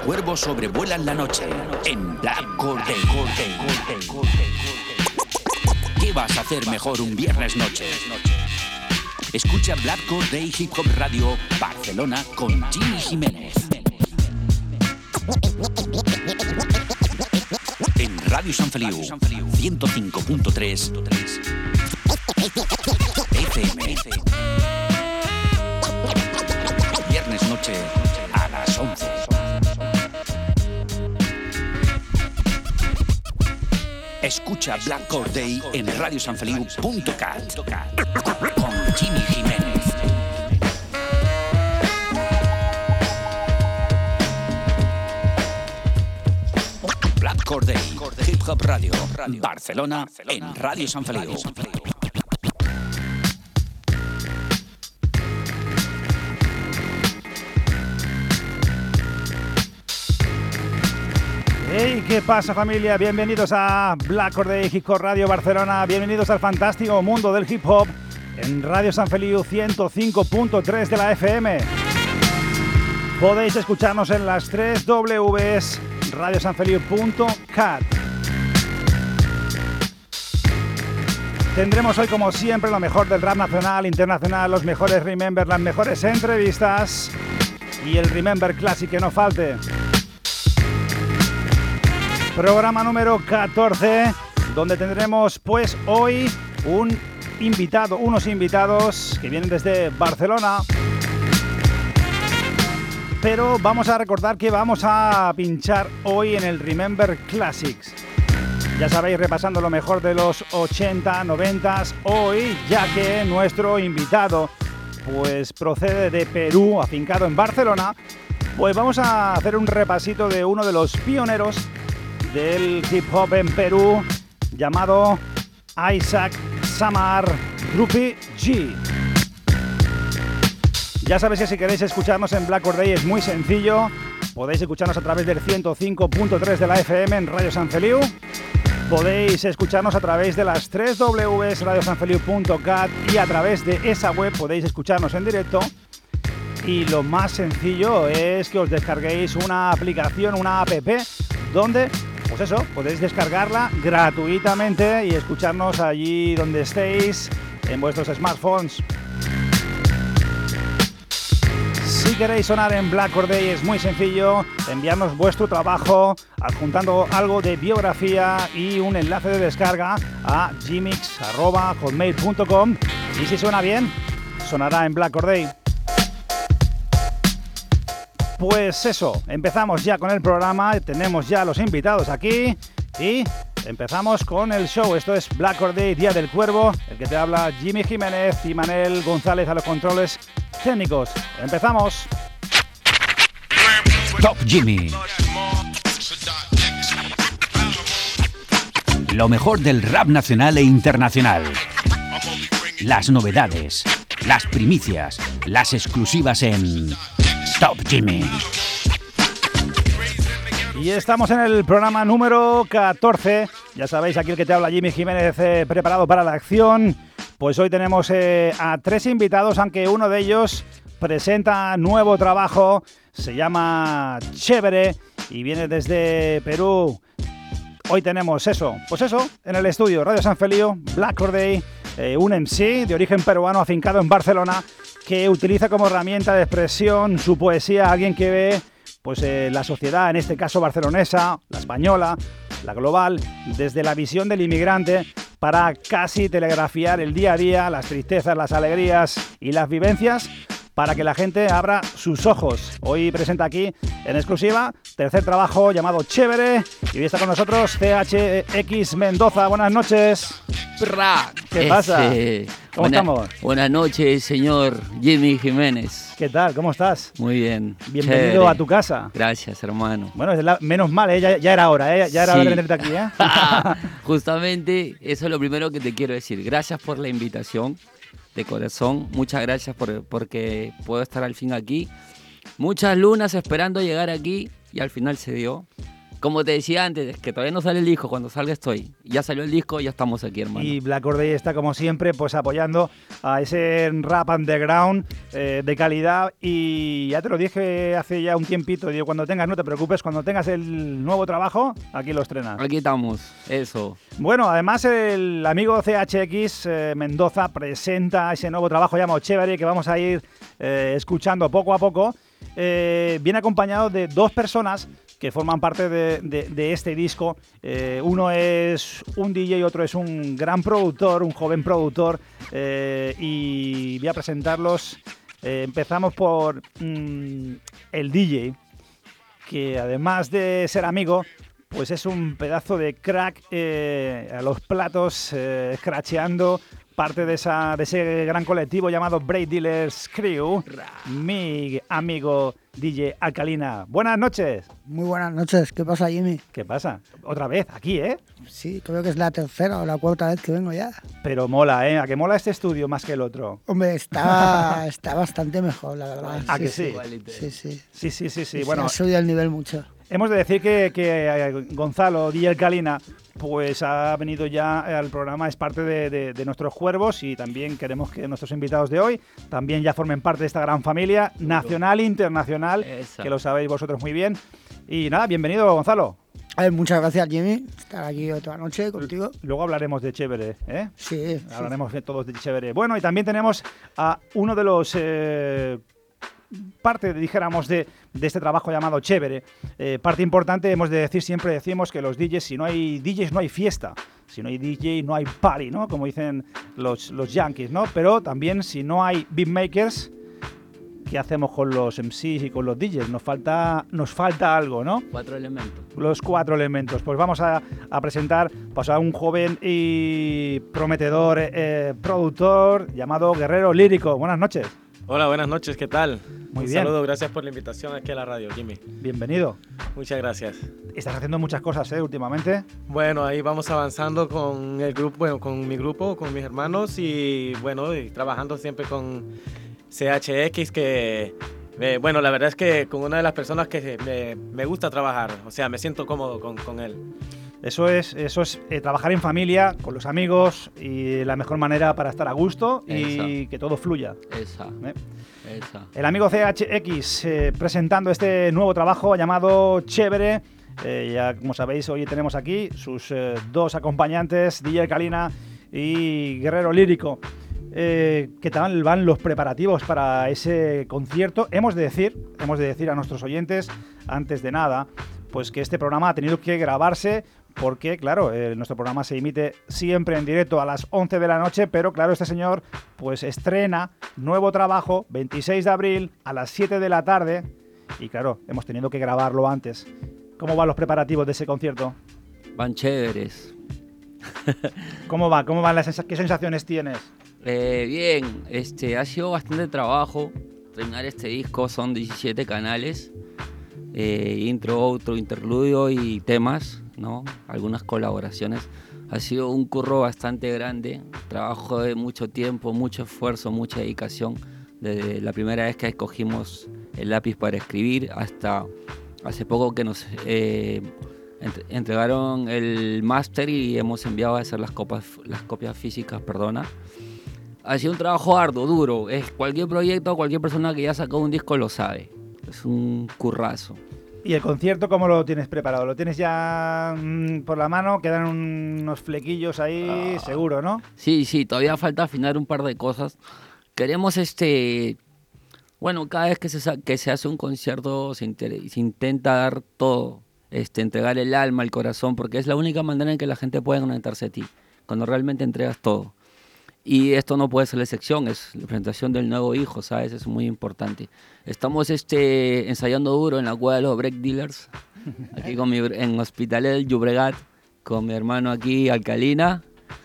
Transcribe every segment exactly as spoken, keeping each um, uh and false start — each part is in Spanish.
cuervos sobrevuelan la noche en Black Corday. ¿Qué vas a hacer mejor un viernes noche? Escucha Black Corday Hip Hop Radio Barcelona con Jimmy Jiménez. En Radio Sant Feliu ciento cinco punto tres F M. Viernes noche a las once. Escucha Black Corday en radio san feliu punto cat con Jimmy Jiménez. Black Corday Hip Hop Radio Barcelona en Radio Sant Feliu. Hey, ¿qué pasa, familia? Bienvenidos a Black Corday Hip Hop Radio Barcelona. Bienvenidos al fantástico mundo del hip hop en Radio Sant Feliu ciento cinco punto tres de la F M. Podéis escucharnos en las tres Ws radio san feliu punto cat. Tendremos hoy, como siempre, lo mejor del rap nacional, internacional, los mejores remembers, las mejores entrevistas y el Remember Classic que no falte. Programa número catorce, donde tendremos pues hoy un invitado, unos invitados que vienen desde Barcelona. Pero vamos a recordar que vamos a pinchar hoy en el Remember Classics. Ya sabéis, repasando lo mejor de los ochenta, noventa, hoy, ya que nuestro invitado pues procede de Perú, afincado en Barcelona, pues vamos a hacer un repasito de uno de los pioneros del hip hop en Perú, llamado Isaac Samar Drupi G. Ya sabéis que si queréis escucharnos en Black Corday es muy sencillo. Podéis escucharnos a través del ciento cinco punto tres de la F M en Radio Sant Feliu. Podéis escucharnos a través de las tres Ws radio san feliu punto cat y a través de esa web podéis escucharnos en directo. Y lo más sencillo es que os descarguéis una aplicación, una app, donde, pues eso, podéis descargarla gratuitamente y escucharnos allí donde estéis, en vuestros smartphones. Si queréis sonar en Black Corday es muy sencillo, enviarnos vuestro trabajo adjuntando algo de biografía y un enlace de descarga a gmix arroba hotmail punto com y si suena bien, sonará en Black Corday. Pues eso, empezamos ya con el programa, tenemos ya los invitados aquí y empezamos con el show. Esto es Black Corday, Día del Cuervo, el que te habla Jimmy Jiménez y Manel González a los controles técnicos. Empezamos. Top Jimmy. Lo mejor del rap nacional e internacional. Las novedades, las primicias, las exclusivas en Top Jimmy. Y estamos en el programa número catorce. Ya sabéis, aquí el que te habla Jimmy Jiménez, eh, preparado para la acción. Pues hoy tenemos eh, a tres invitados, aunque uno de ellos presenta nuevo trabajo. Se llama Chévere y viene desde Perú. Hoy tenemos eso, pues eso, en el estudio Radio Sant Feliu, Black Corday, eh, un M C de origen peruano afincado en Barcelona, que utiliza como herramienta de expresión su poesía, alguien que ve pues eh, la sociedad, en este caso barcelonesa, la española, la global, desde la visión del inmigrante, para casi telegrafiar el día a día, las tristezas, las alegrías y las vivencias, para que la gente abra sus ojos. Hoy presenta aquí, en exclusiva, tercer trabajo llamado Chévere, y hoy está con nosotros C H X Mendoza. Buenas noches. Pra. ¿Qué este, pasa? ¿Cómo buena, estamos? Buenas noches, señor Jimmy Jiménez. ¿Qué tal? ¿Cómo estás? Muy bien. Bienvenido Chévere. a tu casa. Gracias, hermano. Bueno, es la, menos mal, ¿eh? ya, ya era hora, ¿eh? ya era Sí. hora de tenerte aquí. ¿eh? Justamente eso es lo primero que te quiero decir. Gracias por la invitación, de corazón. Muchas gracias por, porque puedo estar al fin aquí. Muchas lunas esperando llegar aquí y al final se dio. como te decía antes, que todavía no sale el disco, cuando salga estoy. Ya salió el disco, ya estamos aquí, hermano. Y Black Or Day está, como siempre, pues apoyando a ese rap underground eh, de calidad. Y ya te lo dije hace ya un tiempito, digo, cuando tengas, no te preocupes, cuando tengas el nuevo trabajo, aquí lo estrenas. Aquí estamos, eso. Bueno, además el amigo C H X eh, Mendoza presenta ese nuevo trabajo llamado Chévere, que vamos a ir eh, escuchando poco a poco. Eh, viene acompañado de dos personas que forman parte de, de, de este disco. Eh, uno es un D J y otro es un gran productor, un joven productor, eh, y voy a presentarlos. Eh, empezamos por mm, el D J, que además de ser amigo, pues es un pedazo de crack eh, a los platos, eh, scratcheando, parte de, esa, de ese gran colectivo llamado Break Dealers Crew, mi amigo D J Alcalina. Buenas noches. Muy buenas noches. ¿Qué pasa, Jimmy? ¿Qué pasa? Otra vez, aquí, ¿eh? Sí, creo que es la tercera o la cuarta vez que vengo ya. Pero mola, ¿eh? ¿A que mola este estudio más que el otro? Hombre, está, está bastante mejor, la verdad. ¿A sí, que sí? Sí, sí. Sí, sí, sí, sí. sí Bueno, ha subido el nivel mucho. Hemos de decir que, que Gonzalo, D J Alcalina, pues ha venido ya al programa, es parte de, de, de nuestros cuervos, y también queremos que nuestros invitados de hoy también ya formen parte de esta gran familia nacional e internacional, Esa. que lo sabéis vosotros muy bien. Y nada, bienvenido, Gonzalo. A ver, muchas gracias, Jimmy, estar aquí otra noche contigo. Luego hablaremos de Chévere, ¿eh? Sí, Hablaremos sí. de todos de Chévere. Bueno, y también tenemos a uno de los... Eh, parte, dijéramos, de, de este trabajo llamado Chévere. Eh, parte importante, hemos de decir, siempre decimos que los D Js, si no hay D Js no hay fiesta, si no hay D J no hay party, ¿no? Como dicen los, los yankees, ¿no? Pero también si no hay beatmakers, ¿qué hacemos con los M Cs y con los D Js? Nos falta, nos falta algo, ¿no? Cuatro elementos. Los cuatro elementos. Pues vamos a, a presentar pues, a un joven y prometedor eh, productor llamado Guerrero Lírico. Buenas noches. Hola, buenas noches, ¿qué tal? Muy Un bien. saludo, gracias por la invitación aquí a la radio, Jimmy. Bienvenido. Muchas gracias. Estás haciendo muchas cosas, ¿eh? Últimamente. Bueno, ahí vamos avanzando con el grupo, bueno, con mi grupo, con mis hermanos y bueno, y trabajando siempre con C H X, que eh, bueno, la verdad es que con una de las personas que me, me gusta trabajar, o sea, me siento cómodo con, con él. Eso es, eso es eh, trabajar en familia, con los amigos, y la mejor manera para estar a gusto y Esa. que todo fluya. Esa, ¿eh? esa. El amigo C H X eh, presentando este nuevo trabajo llamado Chévere. Eh, ya como sabéis, hoy tenemos aquí sus eh, dos acompañantes, D J Alcalina y Guerrero Lírico. Eh, ¿Qué tal van los preparativos para ese concierto? Hemos de decir, hemos de decir a nuestros oyentes, antes de nada, pues que este programa ha tenido que grabarse porque, claro, eh, nuestro programa se emite siempre en directo a las once de la noche, pero claro, este señor pues estrena nuevo trabajo, veintiséis de abril, a las siete de la tarde, y claro, hemos tenido que grabarlo antes. ¿Cómo van los preparativos de ese concierto? Van chéveres. ¿Cómo va? ¿Cómo van las sens- ¿Qué sensaciones tienes? Eh, bien, este, ha sido bastante trabajo terminar este disco, son diecisiete canales, eh, intro, outro, interludio y temas, ¿no? Algunas colaboraciones. Ha sido un curro bastante grande, trabajo de mucho tiempo, mucho esfuerzo, mucha dedicación, desde la primera vez que escogimos el lápiz para escribir hasta hace poco que nos eh, ent- entregaron el máster y hemos enviado a hacer las, copas, las copias físicas, perdona. Ha sido un trabajo arduo, duro. Es cualquier proyecto, cualquier persona que ya sacó un disco lo sabe. Es un currazo. ¿Y el concierto cómo lo tienes preparado? ¿Lo tienes ya mm, por la mano? ¿Quedan unos flequillos ahí? Ah. Seguro, ¿no? Sí, sí, todavía falta afinar un par de cosas. Queremos, este... Bueno, cada vez que se, sa- que se hace un concierto se, inter- se intenta dar todo. Este, entregar el alma, el corazón, porque es la única manera en que la gente puede conectarse a ti. Cuando realmente entregas todo. Y esto no puede ser la excepción, es la presentación del nuevo hijo, ¿sabes? Es muy importante. Estamos este, ensayando duro en la cueva de los Break Dealers, aquí con mi, en Hospitalet del Llobregat, con mi hermano aquí, Alcalina.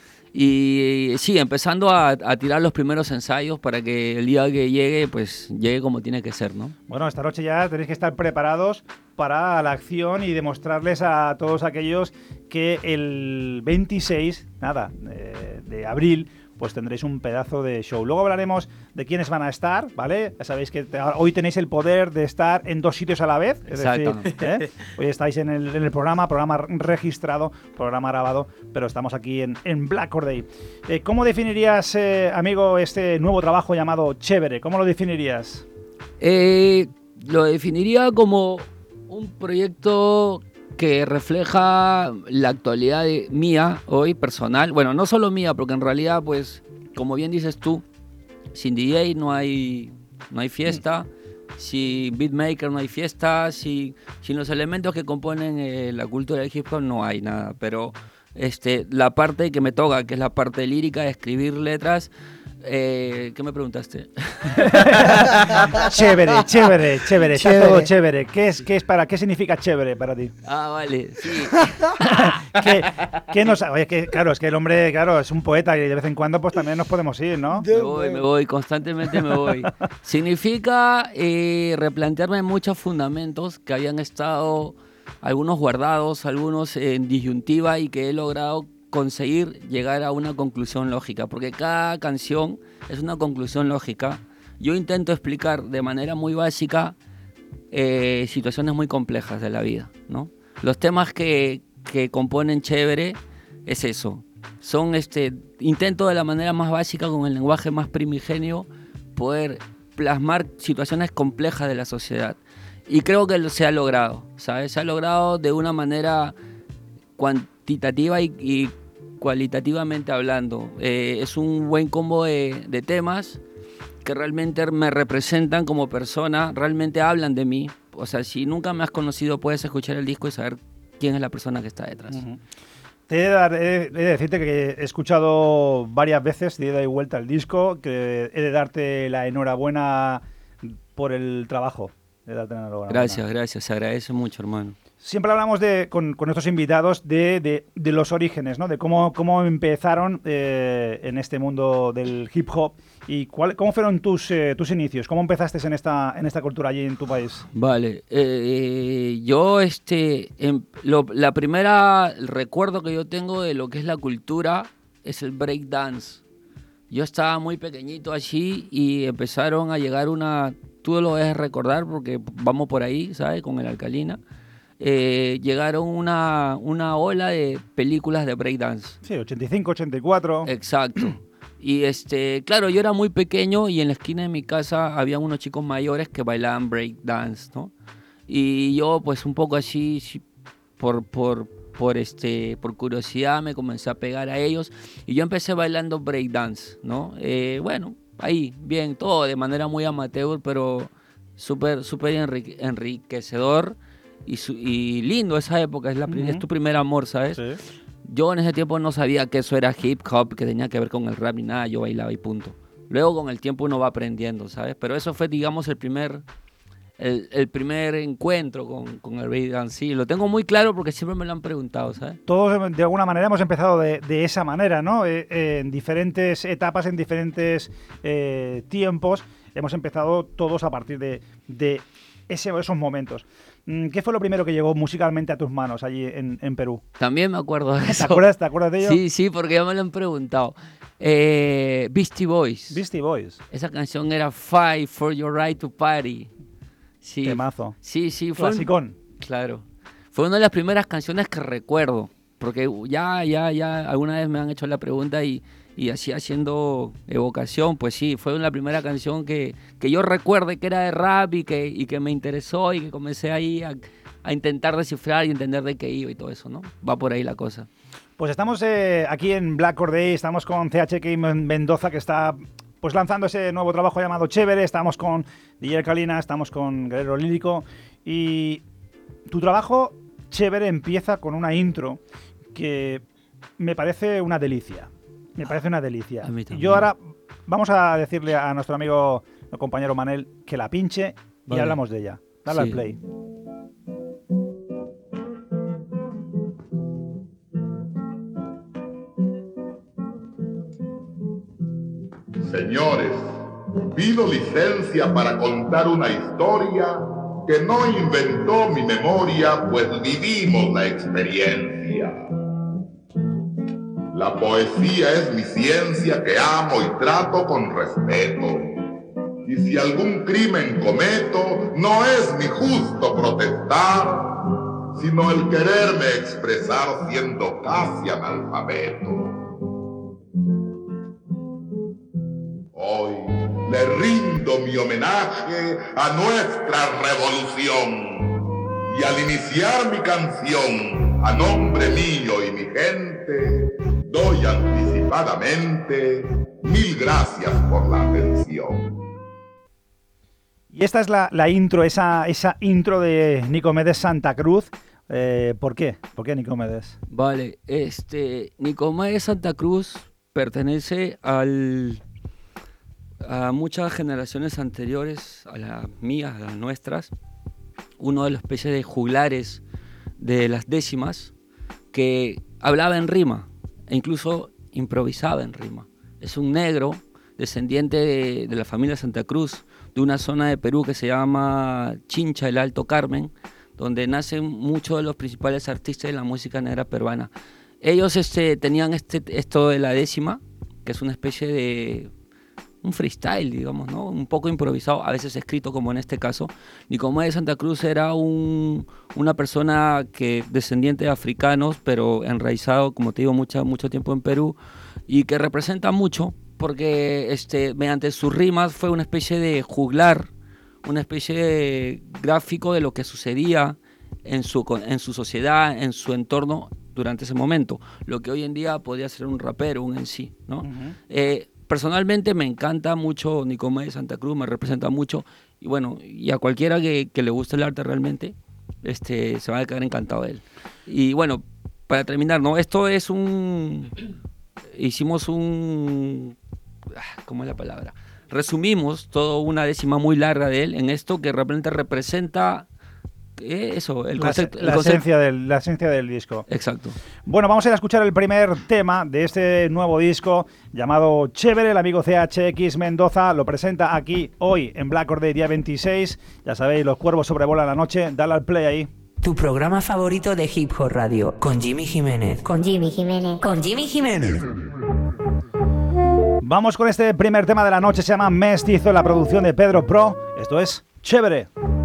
Y sí, empezando a, a tirar los primeros ensayos para que el día que llegue, pues llegue como tiene que ser, ¿no? Bueno, esta noche ya tenéis que estar preparados para la acción y demostrarles a todos aquellos que el veintiséis, nada, de, de abril, pues tendréis un pedazo de show. Luego hablaremos de quiénes van a estar, ¿vale? Ya sabéis que te, hoy tenéis el poder de estar en dos sitios a la vez. Es decir, ¿eh? Hoy estáis en el, en el programa, programa registrado, programa grabado, pero estamos aquí en, en Black Or Day. Eh, ¿Cómo definirías, eh, amigo, este nuevo trabajo llamado Chévere? ¿Cómo lo definirías? Eh, lo definiría como un proyecto que refleja la actualidad de, mía hoy, personal. Bueno, no solo mía, porque en realidad, pues, como bien dices tú, sin D J no hay, no hay fiesta, mm. sin beatmaker no hay fiesta, sin, sin los elementos que componen eh, la cultura del hip hop no hay nada. Pero este, la parte que me toca, que es la parte lírica, de escribir letras. Eh, ¿Qué me preguntaste? Chévere, chévere, chévere, está chévere. Todo chévere. ¿Qué es, qué es para, qué significa chévere para ti? Ah, vale, sí. ¿Qué, qué nos, oye, que, claro, es que el hombre, claro, es un poeta y de vez en cuando pues también nos podemos ir, ¿no? Me voy, me voy, constantemente me voy. Significa eh, replantearme muchos fundamentos que habían estado, algunos guardados, algunos en disyuntiva y que he logrado conseguir llegar a una conclusión lógica, porque cada canción es una conclusión lógica. Yo intento explicar de manera muy básica eh, situaciones muy complejas de la vida, ¿no? Los temas que, que componen Chévere es eso. Son este, intento de la manera más básica, con el lenguaje más primigenio, poder plasmar situaciones complejas de la sociedad. Y creo que se ha logrado, ¿sabes? Se ha logrado de una manera cuantitativa y, y cualitativamente hablando. Eh, es un buen combo de, de temas que realmente me representan como persona, realmente hablan de mí. O sea, si nunca me has conocido, puedes escuchar el disco y saber quién es la persona que está detrás. Uh-huh. Te he de, dar, he, he de decirte que he escuchado varias veces, de ida y vuelta el disco, que he de darte la enhorabuena por el trabajo. He de darte la enhorabuena. Gracias, gracias, se agradece mucho, hermano. Siempre hablamos de, con, con nuestros invitados de, de, de los orígenes, ¿no? De cómo, cómo empezaron eh, en este mundo del hip hop y cuál, cómo fueron tus, eh, tus inicios, cómo empezaste en esta, en esta cultura allí en tu país. Vale, eh, yo este, en, lo, la primera el recuerdo que yo tengo de lo que es la cultura es el breakdance. Yo estaba muy pequeñito allí y empezaron a llegar una, tú lo debes recordar porque vamos por ahí, ¿sabes? Con el Alcalina. Eh, llegaron una, una ola de películas de breakdance. Sí, ochenta y cinco, ochenta y cuatro. Exacto. Y este, claro, yo era muy pequeño y en la esquina de mi casa había unos chicos mayores que bailaban breakdance, ¿no? Y yo, pues un poco así, por, por, por, este, por curiosidad, me comencé a pegar a ellos y yo empecé bailando breakdance, ¿no? Eh, bueno, ahí, bien, todo de manera muy amateur, pero súper, súper enrique, enriquecedor. Y, su, y lindo esa época, es, la, uh-huh. es tu primer amor, ¿sabes? Sí. Yo en ese tiempo no sabía que eso era hip hop, que tenía que ver con el rap ni nada, yo bailaba y punto. Luego con el tiempo uno va aprendiendo, ¿sabes? Pero eso fue, digamos, el primer, el, el primer encuentro con, con el breakdance. Sí, lo tengo muy claro porque siempre me lo han preguntado, ¿sabes? Todos de alguna manera hemos empezado de, de esa manera, ¿no? Eh, eh, en diferentes etapas, en diferentes eh, tiempos, hemos empezado todos a partir de, de ese, esos momentos. ¿Qué fue lo primero que llegó musicalmente a tus manos allí en, en Perú? También me acuerdo de eso. ¿Te acuerdas, ¿Te acuerdas de ello? Sí, sí, porque ya me lo han preguntado. Eh, Beastie Boys. Beastie Boys. Esa canción era Fight for Your Right to Party. Sí. Temazo. Sí, sí. Fue Clasicón. Un, claro. Fue una de las primeras canciones que recuerdo. Porque ya, ya, ya, alguna vez me han hecho la pregunta y, y así haciendo evocación, pues sí, fue la primera canción que, que yo recuerde que era de rap y que, y que me interesó y que comencé ahí a, a intentar descifrar y entender de qué iba y todo eso, ¿no? Va por ahí la cosa. Pues estamos eh, aquí en Black Or Day, estamos con C H K Mendoza, que está pues lanzando ese nuevo trabajo llamado Chévere, estamos con D J Alcalina, estamos con Guerrero Lírico y tu trabajo Chévere empieza con una intro que me parece una delicia. Me parece una delicia. Yo ahora vamos a decirle a nuestro amigo, el compañero Manel, que la pinche y vale. hablamos de ella. Dale sí. al play. Señores, pido licencia para contar una historia que no inventó mi memoria, pues vivimos la experiencia. La poesía es mi ciencia que amo y trato con respeto. Y si algún crimen cometo, no es mi justo protestar, sino el quererme expresar siendo casi analfabeto. Hoy le rindo mi homenaje a nuestra revolución y al iniciar mi canción a nombre mío y mi gente, doy anticipadamente mil gracias por la atención. Y esta es la, la intro, esa, esa intro de Nicomedes Santa Cruz. Eh, ¿Por qué? ¿Por qué Nicomedes? Vale, este, Nicomedes Santa Cruz pertenece al, a muchas generaciones anteriores, a las mías, a las nuestras, uno de los especies de juglares de las décimas, que hablaba en rima e incluso improvisaba en rima. Es un negro descendiente de, de la familia Santa Cruz, de una zona de Perú que se llama Chincha, el Alto Carmen, donde nacen muchos de los principales artistas de la música negra peruana. Ellos este, tenían este, esto de la décima, que es una especie de un freestyle, digamos, ¿no? Un poco improvisado, a veces escrito, como en este caso. Nicomedes Santa Cruz era un, una persona que descendiente de africanos, pero enraizado, como te digo, mucho, mucho tiempo en Perú, y que representa mucho, porque este, mediante sus rimas fue una especie de juglar, una especie de gráfico de lo que sucedía en su, en su sociedad, en su entorno durante ese momento, lo que hoy en día podría ser un rapero, un M C, ¿no? Uh-huh. Eh, personalmente me encanta mucho Nicomedes Santa Cruz, me representa mucho, y bueno, y a cualquiera que, que le guste el arte realmente, este, se va a quedar encantado de él. Y bueno, para terminar, ¿no? Esto es un... Hicimos un... ¿Cómo es la palabra? Resumimos toda una décima muy larga de él en esto que realmente representa eh, eso, el concepto, la, la, el concepto. Esencia del, la esencia del disco. Exacto. Bueno, vamos a ir a escuchar el primer tema de este nuevo disco llamado Chévere. El amigo C H X Mendoza lo presenta aquí hoy en Black Or Day, día veintiséis. Ya sabéis, los cuervos sobrevuelan la noche. Dale al play ahí. Tu programa favorito de Hip Hop Radio, con Jimmy Jiménez. Con Jimmy Jiménez. Con Jimmy Jiménez. Vamos con este primer tema de la noche, se llama Mestizo, la producción de Pedro Pro. Esto es Chévere.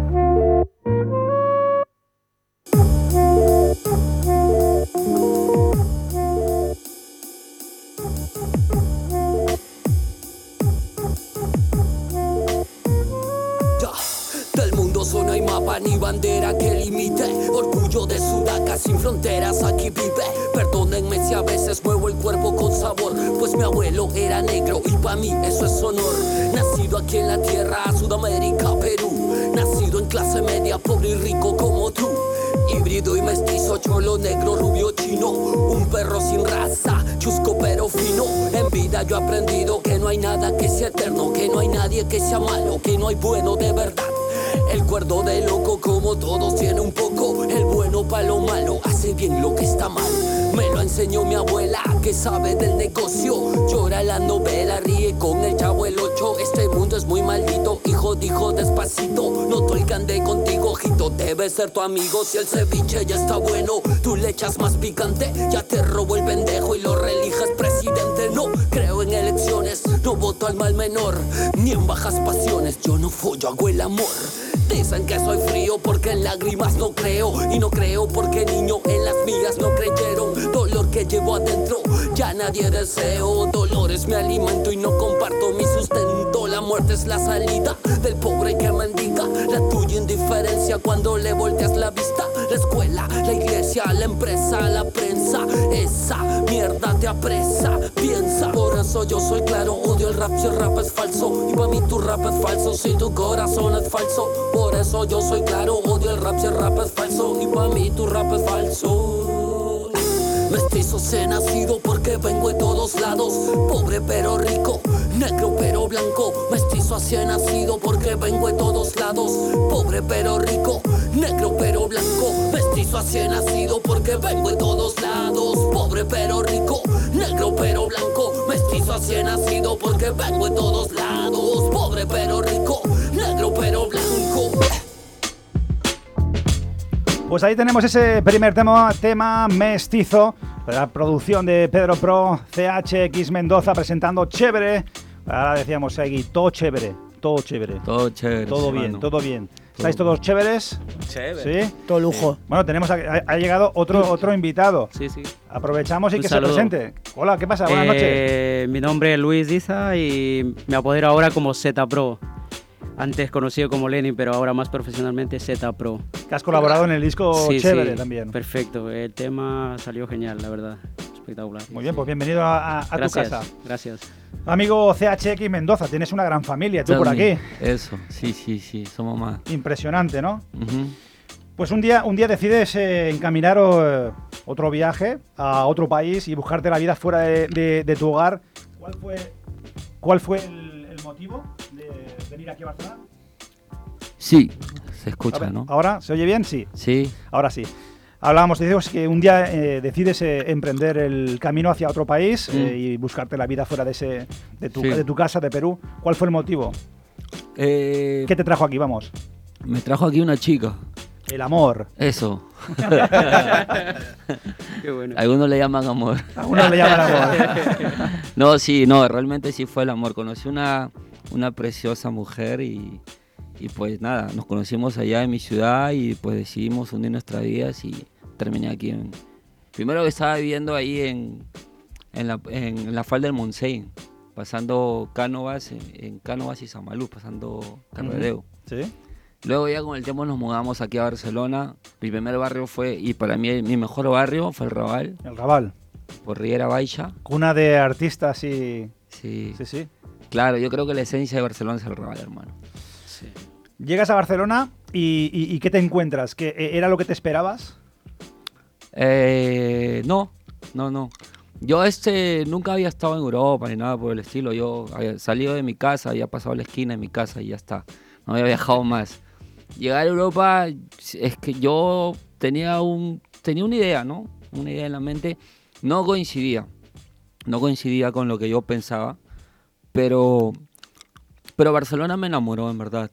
No hay mapa ni bandera que limite. Orgullo de Sudaca sin fronteras aquí vive. Perdónenme si a veces muevo el cuerpo con sabor, pues mi abuelo era negro y pa' mí eso es honor. Nacido aquí en la tierra, Sudamérica, Perú. Nacido en clase media, pobre y rico como tú. Híbrido y mestizo, cholo, negro, rubio, chino. Un perro sin raza, chusco pero fino. En vida yo he aprendido que no hay nada que sea eterno, que no hay nadie que sea malo, que no hay bueno de verdad. El cuerdo de loco como todos tiene un poco. El bueno pa' lo malo hace bien lo que está mal. Me lo enseñó mi abuela que sabe del negocio. Llora la novela, ríe con el chavo el ocho. Este mundo es muy maldito, hijo dijo despacito. No te de contigo, ojito, debe ser tu amigo. Si el ceviche ya está bueno, tú le echas más picante. Ya te robó el pendejo y lo reelijas presidente. No creo en elecciones, no voto al mal menor, ni en bajas pasiones, yo no follo, hago el amor. Dicen que soy frío porque en lágrimas no creo. Y no creo porque niño en las mías no creyeron. Dolor que llevo adentro, ya nadie deseo. Dolor es mi alimento y no comparto mi sustento. La muerte es la salida del pobre que mendiga. La tuya indiferencia cuando le volteas la vista. La escuela, la iglesia, la empresa, la prensa. Esa mierda te apresa, piensa. Por eso yo soy claro, odio el rap si el rap es falso. Y pa' mí tu rap es falso si tu corazón es falso. Por eso yo soy claro, odio el rap si el rap es falso. Y pa' mí tu rap es falso. Mestizo he nacido porque vengo de todos lados. Pobre pero rico, negro pero blanco. Mestizo así he nacido porque vengo de todos lados. Pobre pero rico, negro pero blanco. Mestizo así he nacido porque vengo de todos lados. Pobre pero rico, negro pero blanco. Mestizo así he nacido porque vengo de todos lados. Pobre pero rico, negro pero blanco. Pues ahí tenemos ese primer tema, tema Mestizo, La producción de Pedro Pro, C H X Mendoza presentando Chévere. Ahora decíamos, Segui, todo chévere, todo chévere. Todo chévere. Todo bien, hermano. todo bien. ¿Estáis todos chéveres? Chévere. ¿Sí? Todo lujo. Bueno, tenemos, ha, ha llegado otro, otro invitado. Sí, sí. Aprovechamos y Un que saludo. se presente. Hola, ¿qué pasa? Buenas Eh, noches. Mi nombre es Luis Diza y me apodero ahora como Z Pro. Antes conocido como Lenny, pero ahora más profesionalmente Z Pro. Que has colaborado en el disco Sí, Chévere sí, también. Perfecto, el tema salió genial, la verdad. Espectacular. Muy bien, pues bienvenido a, a- a tu Gracias, casa. gracias. Amigo C H X Mendoza, tienes una gran familia, tú por aquí. Eso, sí, sí, sí, somos más. Impresionante, ¿no? Ujú. Pues un día, un día decides eh, encaminar eh, otro viaje a otro país y buscarte la vida fuera de, de- de tu hogar. ¿Cuál fue, cuál fue el, el motivo de venir aquí a Barcelona? Sí, se A escucha, ver, ¿no? ¿Ahora se oye bien? Sí, Sí, ahora sí. Hablábamos, decimos que un día eh, decides eh, emprender el camino hacia otro país Mm. eh, y buscarte la vida fuera de, ese, de, tu, Sí. de tu casa, de Perú. ¿Cuál fue el motivo? eh, ¿Qué te trajo aquí? Vamos. me trajo aquí una chica. El amor. Eso. Qué bueno. Algunos le llaman amor. A uno le llaman amor. No, sí, no, realmente sí fue el amor. Conocí una, una preciosa mujer y, y pues nada, nos conocimos allá en mi ciudad y pues decidimos unir nuestras vidas y terminé aquí. En, primero que estaba viviendo ahí en, en, la, en la falda del Montseny, pasando Cánovas, en, en Cánovas y Samalú, pasando Cardedeu. ¿Sí? Luego ya con el tiempo nos mudamos aquí a Barcelona. Mi primer barrio fue, y para mí mi mejor barrio fue el Raval, El Raval. por Riera Baixa. Cuna de artistas y... Sí, Sí, sí. claro, yo creo que la esencia de Barcelona es el Raval, hermano. Sí. Llegas a Barcelona y, y- y ¿qué te encuentras? ¿Que eh, era lo que te esperabas? Eh, no, no, no. Yo este nunca había estado en Europa ni nada por el estilo. Yo había salido de mi casa, había pasado la esquina de mi casa y ya está. No había viajado más. Llegar a Europa es que yo tenía un tenía una idea, ¿no? Una idea en la mente. No coincidía. No coincidía con lo que yo pensaba. Pero, pero Barcelona me enamoró, en verdad.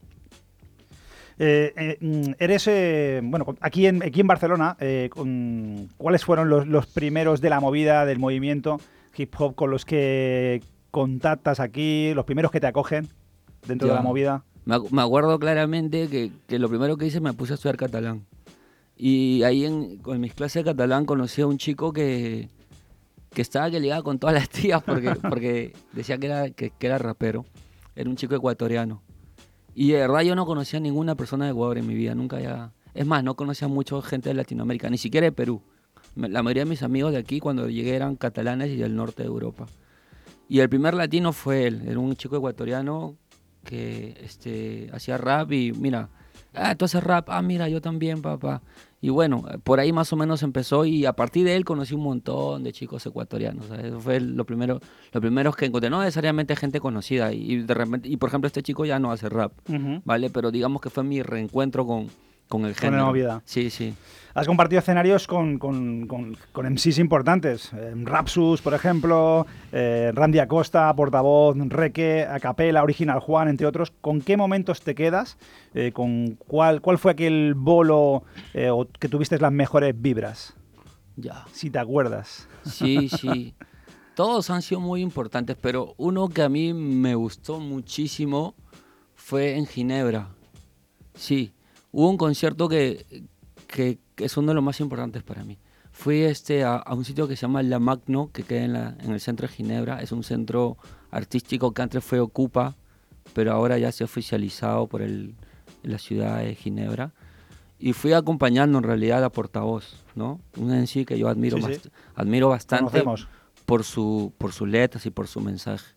Eh, eh, mm, eres, eh, bueno, con- aquí en, aquí en Barcelona, eh, con- ¿cuáles fueron los, los primeros de la movida, del movimiento hip hop con los que contactas aquí, los primeros que te acogen dentro de Ya. la movida? Me, acu- me acuerdo claramente que, que lo primero que hice me puse a estudiar catalán. Y ahí en, en mis clases de catalán conocí a un chico que, que estaba que ligaba con todas las tías porque, porque decía que era, que, que era rapero. Era un chico ecuatoriano. Y de verdad yo no conocía a ninguna persona de Ecuador en mi vida, nunca ya... Es más, no conocía mucho gente de Latinoamérica, ni siquiera de Perú. Me- La mayoría de mis amigos de aquí cuando llegué eran catalanes y del norte de Europa. Y el primer latino fue él, era un chico ecuatoriano que este, hacía rap y mira, ah, tú haces rap, ah, mira, yo también, papá. Y bueno, por ahí más o menos empezó y a partir de él conocí un montón de chicos ecuatorianos. ¿Sabes? Eso fue lo primero, lo primero que encontré, no necesariamente gente conocida. Y, y de repente, y por ejemplo, este chico ya no hace rap, Ujú. ¿vale? Pero digamos que fue mi reencuentro con, con el Con la género. movida. Sí, sí. Has compartido escenarios con, con, con, con M Cs importantes. Eh, Rapsus, por ejemplo, eh, Randy Acosta, portavoz, Reque, Acapela, Original Juan, entre otros. ¿Con qué momentos te quedas? Eh, ¿con cuál, ¿Cuál fue aquel bolo eh, o que tuviste las mejores vibras? Ya. Si te acuerdas. Sí, sí. Todos han sido muy importantes, pero uno que a mí me gustó muchísimo fue en Ginebra. Sí, hubo un concierto que, que, que es uno de los más importantes para mí. Fui este, a, a un sitio que se llama La Magno, que queda en, la, en el centro de Ginebra. Es un centro artístico que antes fue Ocupa, pero ahora ya se ha oficializado por el, la ciudad de Ginebra. Y fui acompañando en realidad a Portavoz, ¿no? Un en sí que yo admiro, Sí, sí. bast- admiro bastante Conocemos. por, su, por sus letras y por su mensaje.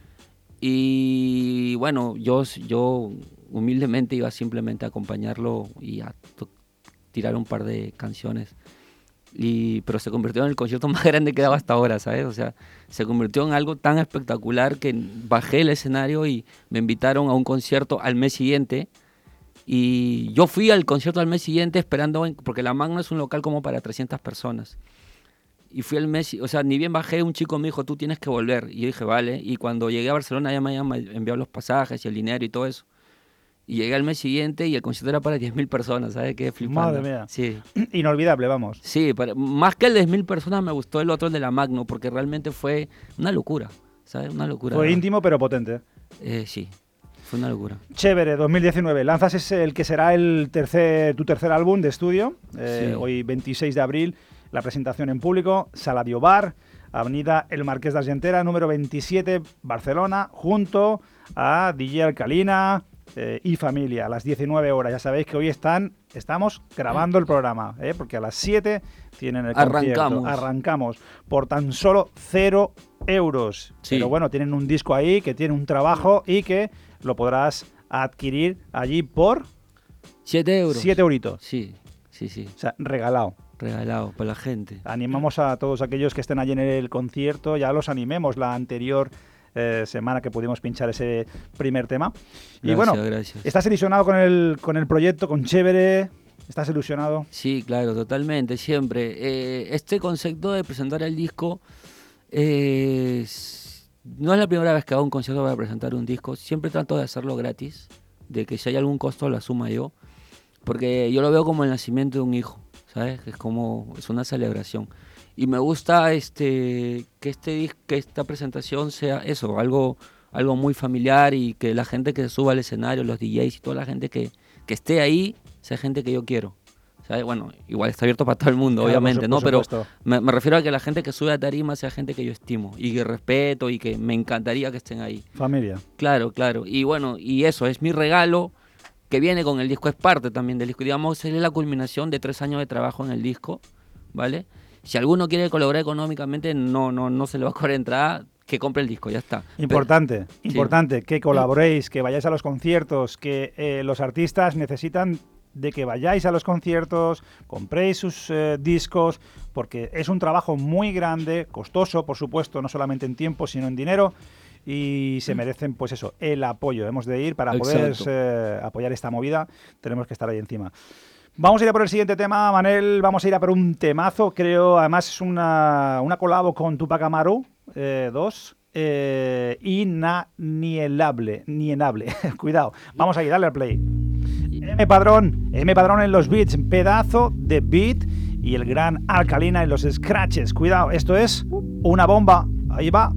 Y bueno, yo, yo humildemente iba simplemente a acompañarlo y a to- tirar un par de canciones. Y, pero se convirtió en el concierto más grande que he dado hasta ahora, ¿sabes? O sea, se convirtió en algo tan espectacular que bajé el escenario y me invitaron a un concierto al mes siguiente. Y yo fui al concierto al mes siguiente esperando, en- porque La Magno es un local como para trescientas personas. Y fui al mes, o sea, ni bien bajé, un chico me dijo, tú tienes que volver. Y yo dije, vale. Y cuando llegué a Barcelona ya me habían enviado los pasajes y el dinero y todo eso. Y llegué al mes siguiente y el concierto era para diez mil personas, ¿sabes qué? Flipando. Madre mía. Sí. Inolvidable, vamos. Sí, pero más que el de diez mil personas me gustó el otro, el de la Magno, porque realmente fue una locura, ¿sabes? Una locura. Fue íntimo pero potente. Eh, sí, fue una locura. Chévere, dos mil diecinueve. Lanzas ese, el que será el tercer, tu tercer álbum de estudio. Eh, Sí. Hoy, veintiséis de abril, la presentación en público. Saladio Bar, Avenida El Marqués de Argentera, número veintisiete, Barcelona, junto a D J Alcalina eh, y familia, a las diecinueve horas. Ya sabéis que hoy están, estamos grabando el programa, ¿eh? Porque a las siete tienen el concierto. Arrancamos. Arrancamos por tan solo cero euros. Sí. Pero bueno, tienen un disco ahí que tiene un trabajo y que lo podrás adquirir allí por siete euros. siete euritos. Sí, sí, sí. O sea, regalado. Regalado para la gente. Animamos a todos aquellos que estén allí en el concierto, ya los animemos la anterior eh, semana que pudimos pinchar ese primer tema. Y Gracias, bueno, gracias. ¿estás ilusionado con el, con el proyecto, con Chévere? ¿Estás ilusionado? Sí, claro, totalmente, siempre. Eh, este concepto de presentar el disco eh, es- no es la primera vez que hago un concierto para presentar un disco. Siempre trato de hacerlo gratis, de que si hay algún costo lo asuma yo, porque yo lo veo como el nacimiento de un hijo, ¿sabes? Que es como, es una celebración. Y me gusta este que este dis- que esta presentación sea eso, algo, algo muy familiar y que la gente que suba al escenario, los D Js y toda la gente que, que esté ahí, sea gente que yo quiero. ¿Sabes? Bueno, igual está abierto para todo el mundo, Claro, obviamente, por ¿no? su- Pero por supuesto. me, me refiero a que la gente que sube a tarima sea gente que yo estimo y que respeto y que me encantaría que estén ahí. Familia. Claro, claro. Y bueno, y eso es mi regalo que viene con el disco, es parte también del disco. Digamos, es la culminación de tres años de trabajo en el disco, ¿vale? Si alguno quiere colaborar económicamente, no, no, no se le va a cobrar entrada, que compre el disco, ya está. Importante, Pero- sí. importante que colaboréis, que vayáis a los conciertos, que eh, los artistas necesitan de que vayáis a los conciertos, compréis sus eh, discos, porque es un trabajo muy grande, costoso, por supuesto, no solamente en tiempo, sino en dinero, y se merecen, pues eso, el apoyo. Hemos de ir para poder Exacto. eh, apoyar esta movida, tenemos que estar ahí encima. Vamos a ir a por el siguiente tema, Manel, vamos a ir a por un temazo, creo, además es una, una colabo con Tupac Amaru eh, dos, eh, inanielable, nienable, cuidado, vamos a ir, dale al play. M Padrón, M Padrón en los beats, pedazo de beat y el gran Alcalina en los scratches, cuidado, esto es una bomba, ahí va.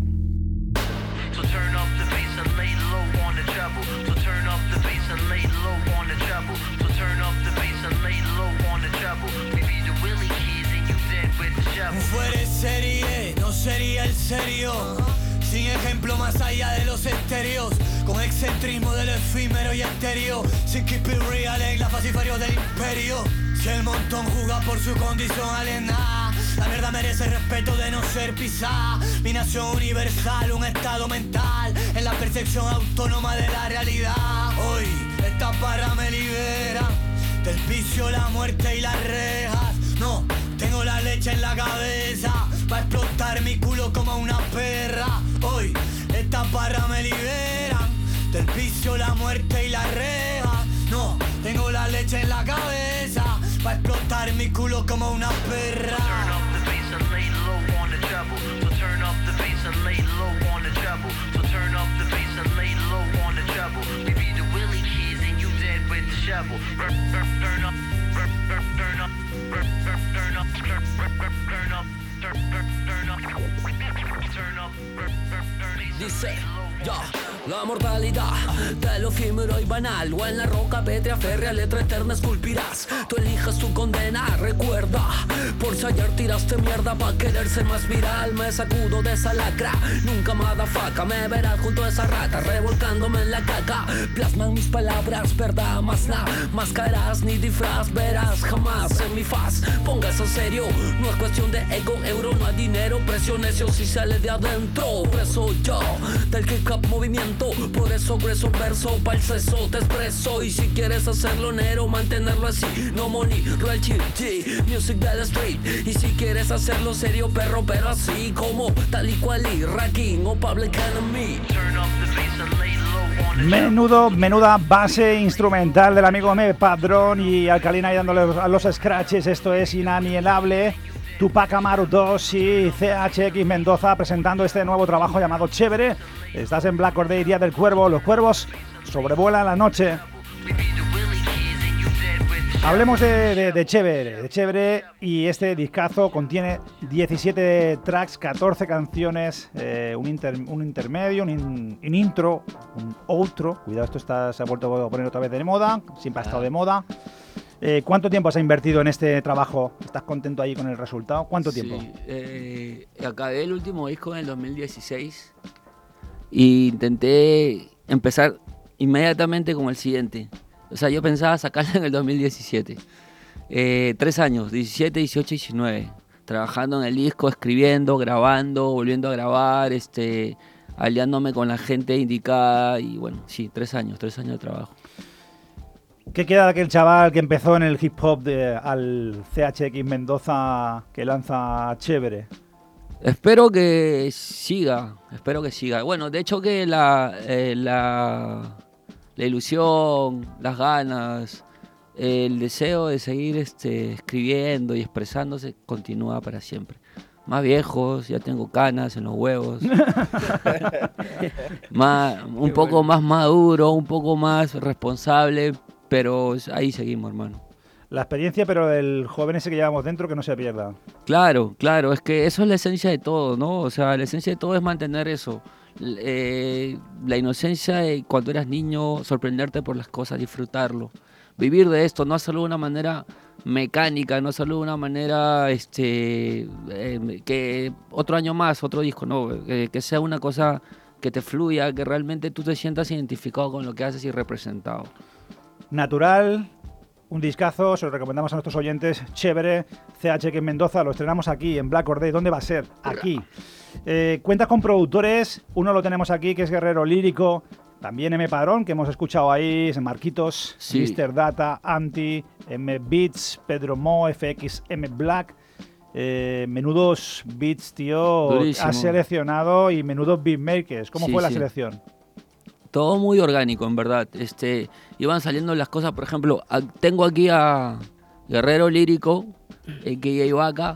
So turn up the bass and lay low on the treble. So turn up the bass and lay low on the treble. So turn up the bass and lay low on the treble. We be the Willie Keys and you dead with the shovel. Fuera serie, no sería el serio. Sin ejemplo más allá de los estéreos. Con excentrismo del efímero y estéreo. Sin keep it real en la pacifario del imperio. Si el montón juzga por su condición alienada, la verdad merece respeto de no ser pisada. Mi nación universal, un estado mental en la percepción autónoma de la realidad. Hoy esta barra me libera del vicio, la muerte y las rejas. No, tengo la leche en la cabeza va a explotar mi culo como una perra. Hoy estas barras me liberan del vicio, la muerte y las rejas. No, tengo la leche en la cabeza va a explotar mi culo como una perra. Turn up the bass and lay low on the treble. So turn up the bass and lay low on the treble. So turn up the bass and lay low on the treble. We be the Willie Keys and you dead with the shovel. Burn, burn, burn up, burn, burn, burn up, burn, burn, burn up, burn, burn, burn, burn up, burn, burn, burn up, turn up, burn, burn, burn. Dice, ya, la mortalidad de lo efímero y banal, o en la roca pétrea férrea letra eterna esculpirás. Tú eliges tu condena, recuerda, por si ayer tiraste mierda pa' querer ser más viral. Me sacudo de esa lacra, nunca madafaca, me verás junto a esa rata revolcándome en la caca. Plasman mis palabras, verdad, más nada, más caerás ni disfraz, verás jamás en mi faz. Póngase en serio, no es cuestión de ego, euro, no hay dinero, precio necio si sale de adentro. Preso yo del hip hop movimiento, por eso grueso verso pa'l seso te expreso. Y si quieres hacerlo nero, mantenerlo así, no money, real chill, G, music de la street. Y si quieres hacerlo serio perro, pero así como tal y cual y Rakim o Public Enemy. Turn up the bass and lay low on the treble. Menudo, menuda base instrumental del amigo M Padrón y Alcalina ahí dándole a los scratches, esto es inanielable. Tupac Amaru dos y C H X Mendoza presentando este nuevo trabajo llamado Chévere. Estás en Black Or Day, Día del Cuervo. Los cuervos sobrevuelan la noche Hablemos de, de, de Chévere, de Chévere, y este discazo contiene diecisiete tracks, catorce canciones, eh, un, inter, un intermedio, un, in, un intro, un outro. Cuidado, esto está, se ha vuelto a poner otra vez de moda, siempre ha estado de moda. Eh, ¿Cuánto tiempo has invertido en este trabajo? ¿Estás contento ahí con el resultado? ¿Cuánto tiempo? Sí, eh, acabé el último disco en el dos mil dieciséis y intenté empezar inmediatamente con el siguiente. O sea, yo pensaba sacarla en el dos mil diecisiete. Eh, tres años, diecisiete, dieciocho, diecinueve. Trabajando en el disco, escribiendo, grabando, volviendo a grabar, este, aliándome con la gente indicada. Y bueno, sí, tres años, tres años de trabajo. ¿Qué queda de aquel chaval que empezó en el hip hop de, al C H X Mendoza que lanza Chévere? Espero que siga, espero que siga. Bueno, de hecho que la... Eh, la La ilusión, las ganas, el deseo de seguir este, escribiendo y expresándose continúa para siempre. Más viejos, ya tengo canas en los huevos. más, un poco más maduro, un poco más responsable, pero ahí seguimos, hermano. La experiencia, pero del joven ese que llevamos dentro, que no se pierda. Claro, claro, es que eso es la esencia de todo, ¿no? O sea, la esencia de todo es mantener eso. Eh, la inocencia de cuando eras niño, sorprenderte por las cosas, disfrutarlo, vivir de esto, no hacerlo de una manera mecánica, no hacerlo de una manera este, eh, que otro año más, otro disco, no, que, que sea una cosa que te fluya, que realmente tú te sientas identificado con lo que haces y representado. Natural, un discazo, se lo recomendamos a nuestros oyentes. Chévere, C H X Mendoza, lo estrenamos aquí en Black Or Day. ¿Dónde va a ser? Aquí. Eh, cuenta con productores, uno lo tenemos aquí que es Guerrero Lírico, también M. Padrón, que hemos escuchado ahí, Marquitos, sí. mister Data, Anti, M. Beats, Pedro Mo, F X M Black. Eh, menudos beats, tío, Durísimo. Has seleccionado, y menudos beatmakers. ¿Cómo sí, fue la sí. selección? Todo muy orgánico, en verdad. Este, iban saliendo las cosas, por ejemplo, a, tengo aquí a Guerrero Lírico, el que ya acá,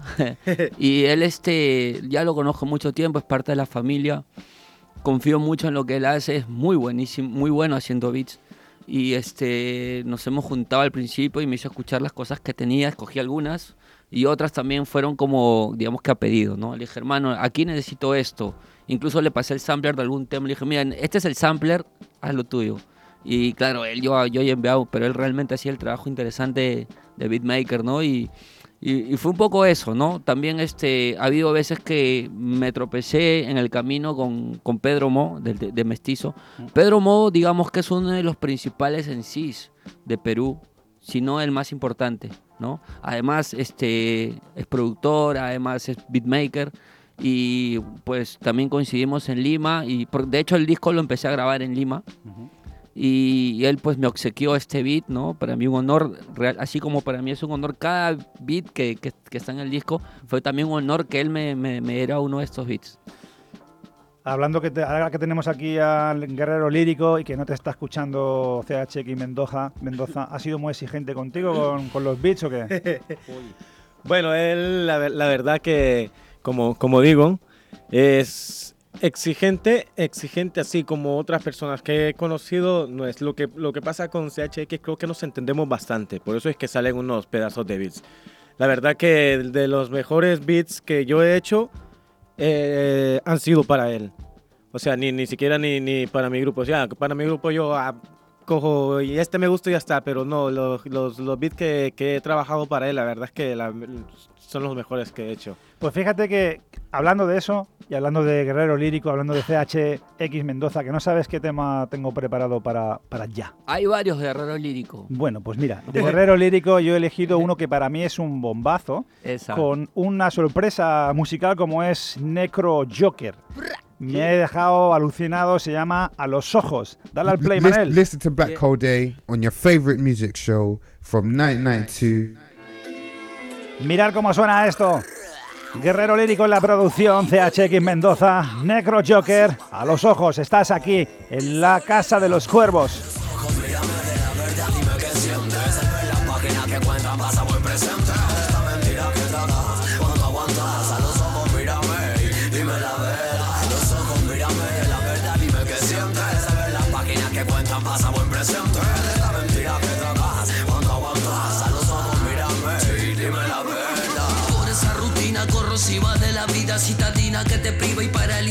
y él este, ya lo conozco mucho tiempo, es parte de la familia, confío mucho en lo que él hace, es muy buenísimo, muy bueno haciendo beats, y este, nos hemos juntado al principio y me hizo escuchar las cosas que tenía, escogí algunas, y otras también fueron como, digamos que a pedido, ¿no? Le dije, hermano, aquí necesito esto, incluso le pasé el sampler de algún tema, le dije, mira, este es el sampler, haz lo tuyo. Y claro, él, yo, yo he enviado, pero él realmente hacía el trabajo interesante de beatmaker, ¿no? Y, y, y fue un poco eso, ¿no? También este, ha habido veces que me tropecé en el camino con, con Pedro Mo, de, de, de Mestizo. Pedro Mo, digamos que es uno de los principales M Cs de Perú, si no el más importante, ¿no? Además, este, es productor, además es beatmaker. Y pues también coincidimos en Lima, y por, de hecho el disco lo empecé a grabar en Lima. Uh-huh. Y, y él pues me obsequió este beat, ¿no? Para mí un honor, real, así como para mí es un honor cada beat que, que, que está en el disco, fue también un honor que él me, me, me diera uno de estos beats. Hablando que te, ahora que tenemos aquí al Guerrero Lírico y que no te está escuchando C H X Mendoza, Mendoza, ¿ha sido muy exigente contigo con, con los beats o qué? Bueno, él la, la verdad que, como, como digo, es exigente, exigente así como otras personas que he conocido. No es lo que, lo que pasa con C H X, creo que nos entendemos bastante, por eso es que salen unos pedazos de beats. La verdad que de los mejores beats que yo he hecho eh, han sido para él. O sea, ni, ni siquiera ni, ni para mi grupo. O sea, para mi grupo yo ah, cojo y este me gusta y ya está, pero no, los, los, los beats que, que he trabajado para él, la verdad es que la, son los mejores que he hecho. Pues fíjate que hablando de eso y hablando de Guerrero Lírico, hablando de C H X Mendoza, que no sabes qué tema tengo preparado para, para ya. Hay varios Guerrero Lírico. Bueno, pues mira, de Guerrero Lírico yo he elegido uno que para mí es un bombazo, Esa. con una sorpresa musical como es Necro Joker. Me he dejado alucinado, se llama A los Ojos. Dale al play, Manel. Listen to Black Hole Day on your favorite music show from nineteen ninety-two. Mirad cómo suena esto. Guerrero Lírico en la producción, C H X Mendoza, Necro Joker, A los Ojos. Estás aquí en la Casa de los Cuervos. Pasa buen presente, de la mentira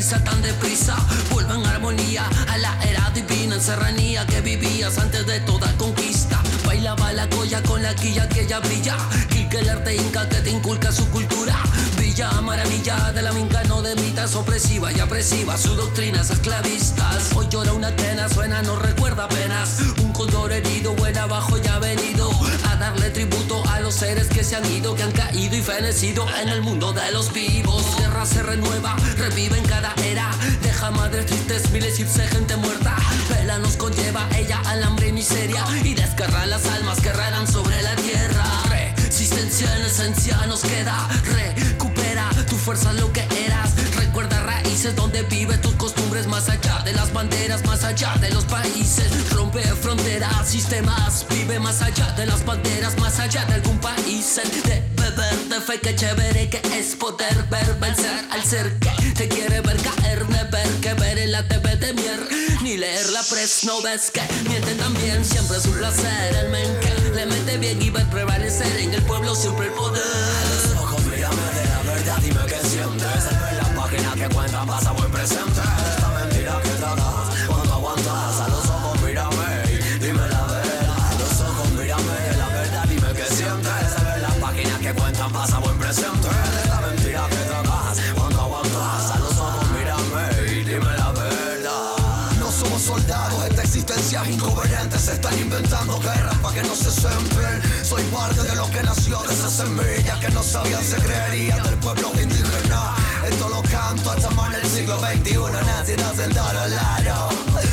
prisa, tan deprisa. Vuelve en armonía a la era divina, en serranía que vivías antes de toda conquista. Bailaba la colla con la quilla que ella brilla. Quique el arte inca que te inculca su cultura. Villa maravilla de la minca, no de mitas, opresiva y apresiva. Su doctrina es esclavistas. Hoy llora una quena, suena, no recuerda apenas. Un cóndor herido, buen abajo ya ha venido a darle tributo a los seres que se han ido, que han caído y fenecido en el mundo de los vivos. Guerra se renueva, revive en cada era. Deja madres tristes, miles y gente muerta. Vela nos conlleva ella al hambre y miseria y descarga las almas que raran sobre la tierra. Resistencia en esencia nos queda. Recupera tu fuerza, lo que eras. Recuerda raíces donde vive tus costumbres, más allá de las banderas, más allá de los países. Rompe fronteras, sistemas, vive más allá de las banderas, más allá de algún país. De beber, de fe, que chévere que es poder ver, vencer al ser que te quiere ver caer, de ver que ver en la T V de mier, ni leer la press, no ves que mienten también, siempre es un placer el men que le mete bien y ver prevalecer en el pueblo siempre el poder. A los ojos mírame de la verdad, dime qué sientes, en la página que cuentan pasa muy presente, esta mentira que tragas, cuando aguantas, a los ojos mírame y dime la verdad, a los ojos mírame de la verdad, dime qué sientes, en la página que cuentan pasa muy presente, esta mentira que tragas, cuando aguantas, a los ojos mírame y dime la verdad. No somos soldados, esta existencia es incoherente, se están inventando guerras para que no se sembren. Soy parte de lo que nació de esa semilla que no sabían se creería del pueblo indígena. Esto lo canto hasta más en el siglo veintiuno, nacidas en lado.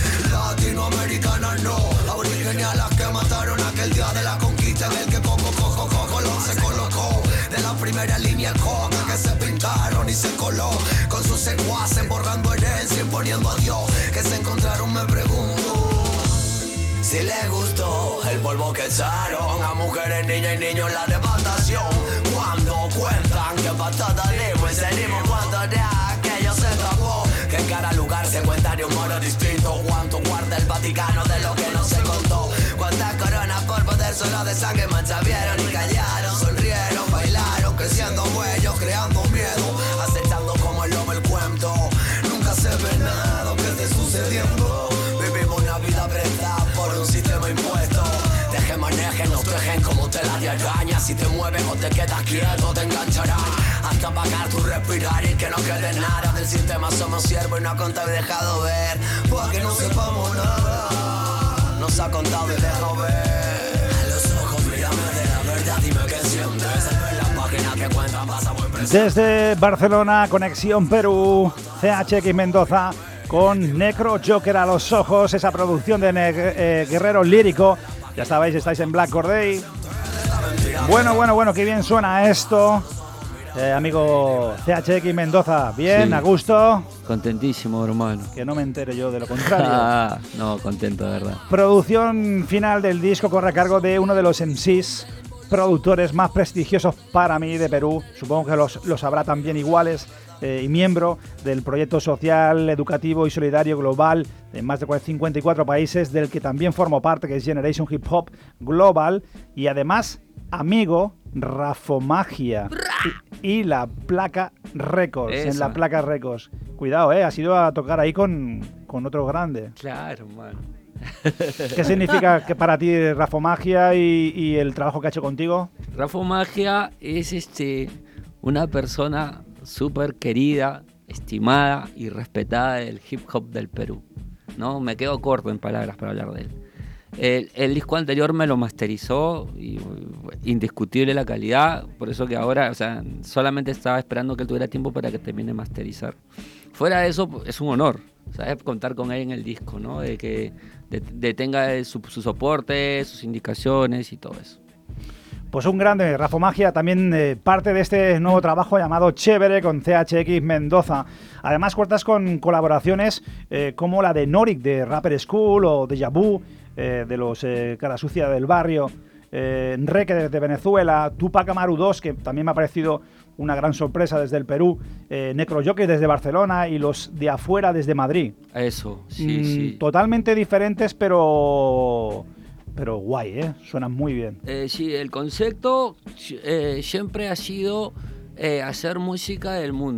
Latinoamericana no, aborígenes a las que mataron aquel día de la conquista en el que Coco Coco Coco lo se colocó. De la primera línea coca que se pintaron y se coló con sus secuaces borrando herencia, imponiendo a Dios que se encontraron, me pregunto si les gustó el polvo que echaron a mujeres, niñas y niños la devastación. Cuando cuentan que patata limo y seguimos cuando de aquello se tapó, que en cada lugar se cuenta de un modo distinto. Cuánto guarda el Vaticano de lo que no se contó. Cuántas coronas por poder solo de sangre mancha vieron y callaron, sonrieron, bailaron, creciendo huellos, creando miedo, acechando como el lobo el cuento. Nunca se ve nada que esté sucediendo. Vivimos una vida prestada por un sistema impuesto. Deje maneje, nos dejen como tela de araña. Si te mueves o te quedas quieto te engancharán hasta pagar tu respirar y que no quede nada. Del sistema somos siervos y no ha contado y dejado ver, para que no sepamos nada. Nos ha contado y dejado ver. A los ojos mírame de la verdad, dime qué sientes. En la página que cuentan pasa muy presente. Desde Barcelona, Conexión Perú, C H X Mendoza con Necro Joker a los ojos, esa producción de ne eh, Guerrero Lírico. Ya sabéis, estáis en Black Corday. Bueno, bueno, bueno, qué bien suena esto. Eh, amigo C H X Mendoza, bien, sí. A gusto. Contentísimo, hermano. Que no me entere yo de lo contrario. Ah, no, contento, de verdad. Producción final del disco corre a cargo de uno de los M Cs, productores más prestigiosos para mí de Perú. Supongo que los, los habrá también iguales. Eh, y miembro del proyecto social, educativo y solidario global en más de cincuenta y cuatro países, del que también formo parte, que es Generation Hip Hop Global, y además amigo Rafomagia y, y la Placa Records. Eso. En la Placa Records. Cuidado, eh, has ido a tocar ahí con, con otro grande. Claro, mano. ¿Qué significa que para ti Rafomagia y, y el trabajo que ha hecho contigo? Rafomagia es este una persona súper querida, estimada y respetada del hip hop del Perú, ¿no? Me quedo corto en palabras para hablar de él. El, el disco anterior me lo masterizó y indiscutible la calidad, por eso que ahora, o sea, solamente estaba esperando que él tuviera tiempo para que termine de masterizar. Fuera de eso, es un honor, ¿sabes? Contar con él en el disco, ¿no? De que de, de tenga su, su soporte, sus indicaciones y todo eso. Pues un grande, Rafomagia, también eh, parte de este nuevo trabajo llamado Chévere con C H X Mendoza. Además cuentas con colaboraciones eh, como la de Norik de Rapper School o de Yabu, eh, de los eh, Cara Sucia del Barrio, eh, Enrique desde Venezuela, Tupac Amaru dos, que también me ha parecido una gran sorpresa desde el Perú, eh, Necro Joker desde Barcelona y los de afuera desde Madrid. Eso, sí, mm, sí. Totalmente diferentes, pero... Pero guay, ¿eh? Suenan muy bien. Eh, sí, el concepto eh, siempre ha sido eh, hacer música del mundo,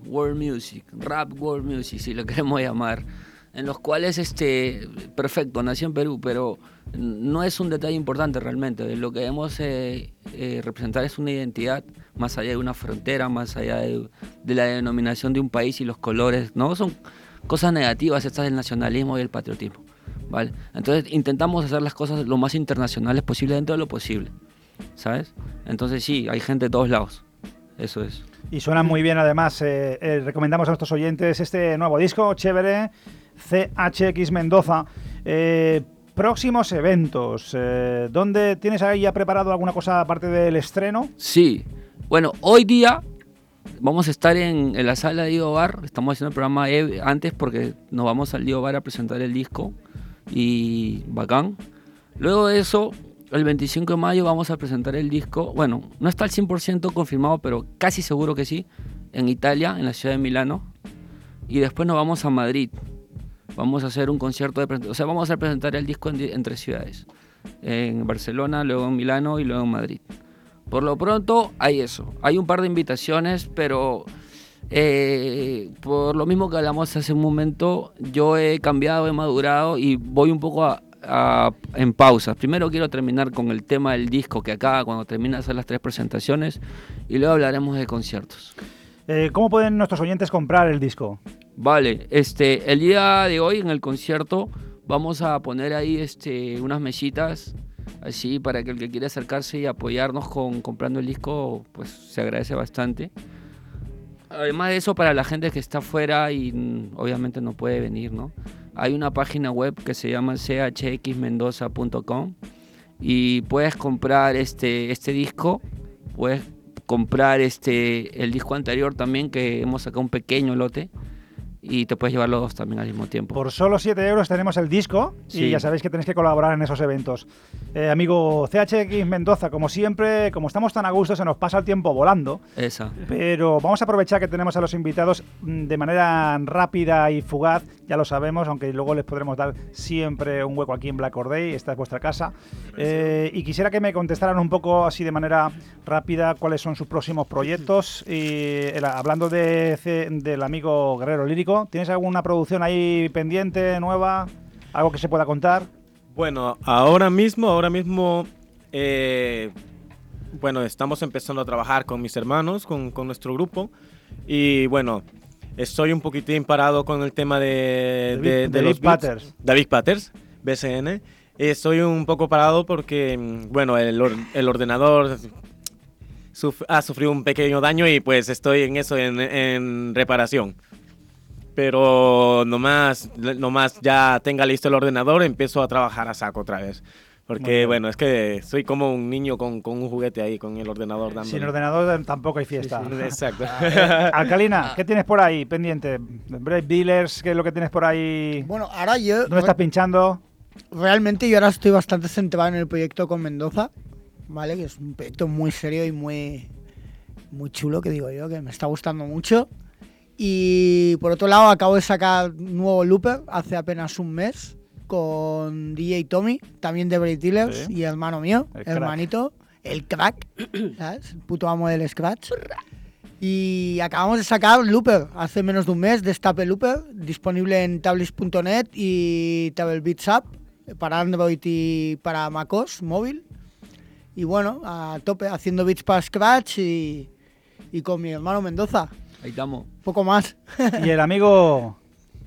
world music, rap world music, si lo queremos llamar, en los cuales, este, perfecto, nació en Perú, pero no es un detalle importante realmente. Lo que debemos eh, eh, representar es una identidad más allá de una frontera, más allá de, de la denominación de un país y los colores, ¿no? Son cosas negativas estas del nacionalismo y el patriotismo, ¿vale? Entonces intentamos hacer las cosas lo más internacionales posible dentro de lo posible, ¿sabes? Entonces sí, hay gente de todos lados, eso es. Y suena muy bien además, eh, eh, recomendamos a nuestros oyentes este nuevo disco, chévere, C H X Mendoza. Eh, próximos eventos, eh, ¿dónde tienes ahí ya preparado alguna cosa aparte del estreno? Sí, bueno, hoy día vamos a estar en, en la sala de Dido Bar, estamos haciendo el programa e- antes porque nos vamos al Dido Bar a presentar el disco y bacán. Luego de eso, el veinticinco de mayo vamos a presentar el disco, bueno, no está al cien por ciento confirmado, pero casi seguro que sí, en Italia, en la ciudad de Milano, y después nos vamos a Madrid. Vamos a hacer un concierto de presentación, o sea, vamos a presentar el disco en, en tres ciudades, en Barcelona, luego en Milano y luego en Madrid. Por lo pronto hay eso, hay un par de invitaciones, pero eh, por lo mismo que hablamos hace un momento, yo he cambiado, he madurado y voy un poco a, a, en pausas. Primero quiero terminar con el tema del disco que acaba cuando termine de hacer las tres presentaciones y luego hablaremos de conciertos. Eh, ¿Cómo pueden nuestros oyentes comprar el disco? Vale, este, el día de hoy en el concierto vamos a poner ahí este, unas mesitas así para que el que quiera acercarse y apoyarnos con comprando el disco, pues se agradece bastante. Además de eso, para la gente que está afuera y mm, obviamente no puede venir, ¿no? Hay una página web que se llama c h x mendoza punto com y puedes comprar este, este disco, puedes comprar este, el disco anterior también, que hemos sacado un pequeño lote, y te puedes llevar los dos también al mismo tiempo. Por solo siete euros tenemos el disco sí. Y ya sabéis que tenéis que colaborar en esos eventos. Eh, amigo C H X Mendoza, como siempre, como estamos tan a gusto, se nos pasa el tiempo volando. Esa. Pero vamos a aprovechar que tenemos a los invitados de manera rápida y fugaz, ya lo sabemos, aunque luego les podremos dar siempre un hueco aquí en Black Corday, esta es vuestra casa. Eh, y quisiera que me contestaran un poco así de manera rápida cuáles son sus próximos proyectos. Y el, hablando de, del amigo Guerrero Lírico, ¿tienes alguna producción ahí pendiente, nueva? ¿Algo que se pueda contar? Bueno, ahora mismo, ahora mismo, eh, bueno, estamos empezando a trabajar con mis hermanos, con, con nuestro grupo. Y bueno, estoy un poquitín parado con el tema de, de, de, de los Big Patters. David Patters, B C N. Estoy un poco parado porque, bueno, el, or, el ordenador suf ha sufrido un pequeño daño y pues estoy en eso, en, en reparación. Pero nomás, nomás ya tenga listo el ordenador, empiezo a trabajar a saco otra vez. Porque, bueno, es que soy como un niño con, con un juguete ahí, con el ordenador dándole. Sin ordenador tampoco hay fiesta. Sí, sí, exacto. Alcalina, ¿qué tienes por ahí pendiente? Brave Dealers, ¿qué es lo que tienes por ahí? Bueno, ahora yo... ¿Dónde estás pinchando? Realmente yo ahora estoy bastante centrado en el proyecto con Mendoza, ¿vale? Que es un proyecto muy serio y muy, muy chulo, que digo yo, que me está gustando mucho. Y por otro lado, acabo de sacar un nuevo looper hace apenas un mes con D J Tommy, también de Brave Dealers, sí. Y hermano mío, el hermanito, crack. el crack, ¿sabes? El puto amo del scratch. Y acabamos de sacar looper hace menos de un mes, Destape Looper, disponible en tablets punto net y Table Beats App para Android y para macOS móvil. Y bueno, a tope, haciendo beats para scratch y, y con mi hermano Mendoza. Ahí estamos. Poco más. ¿Y el amigo?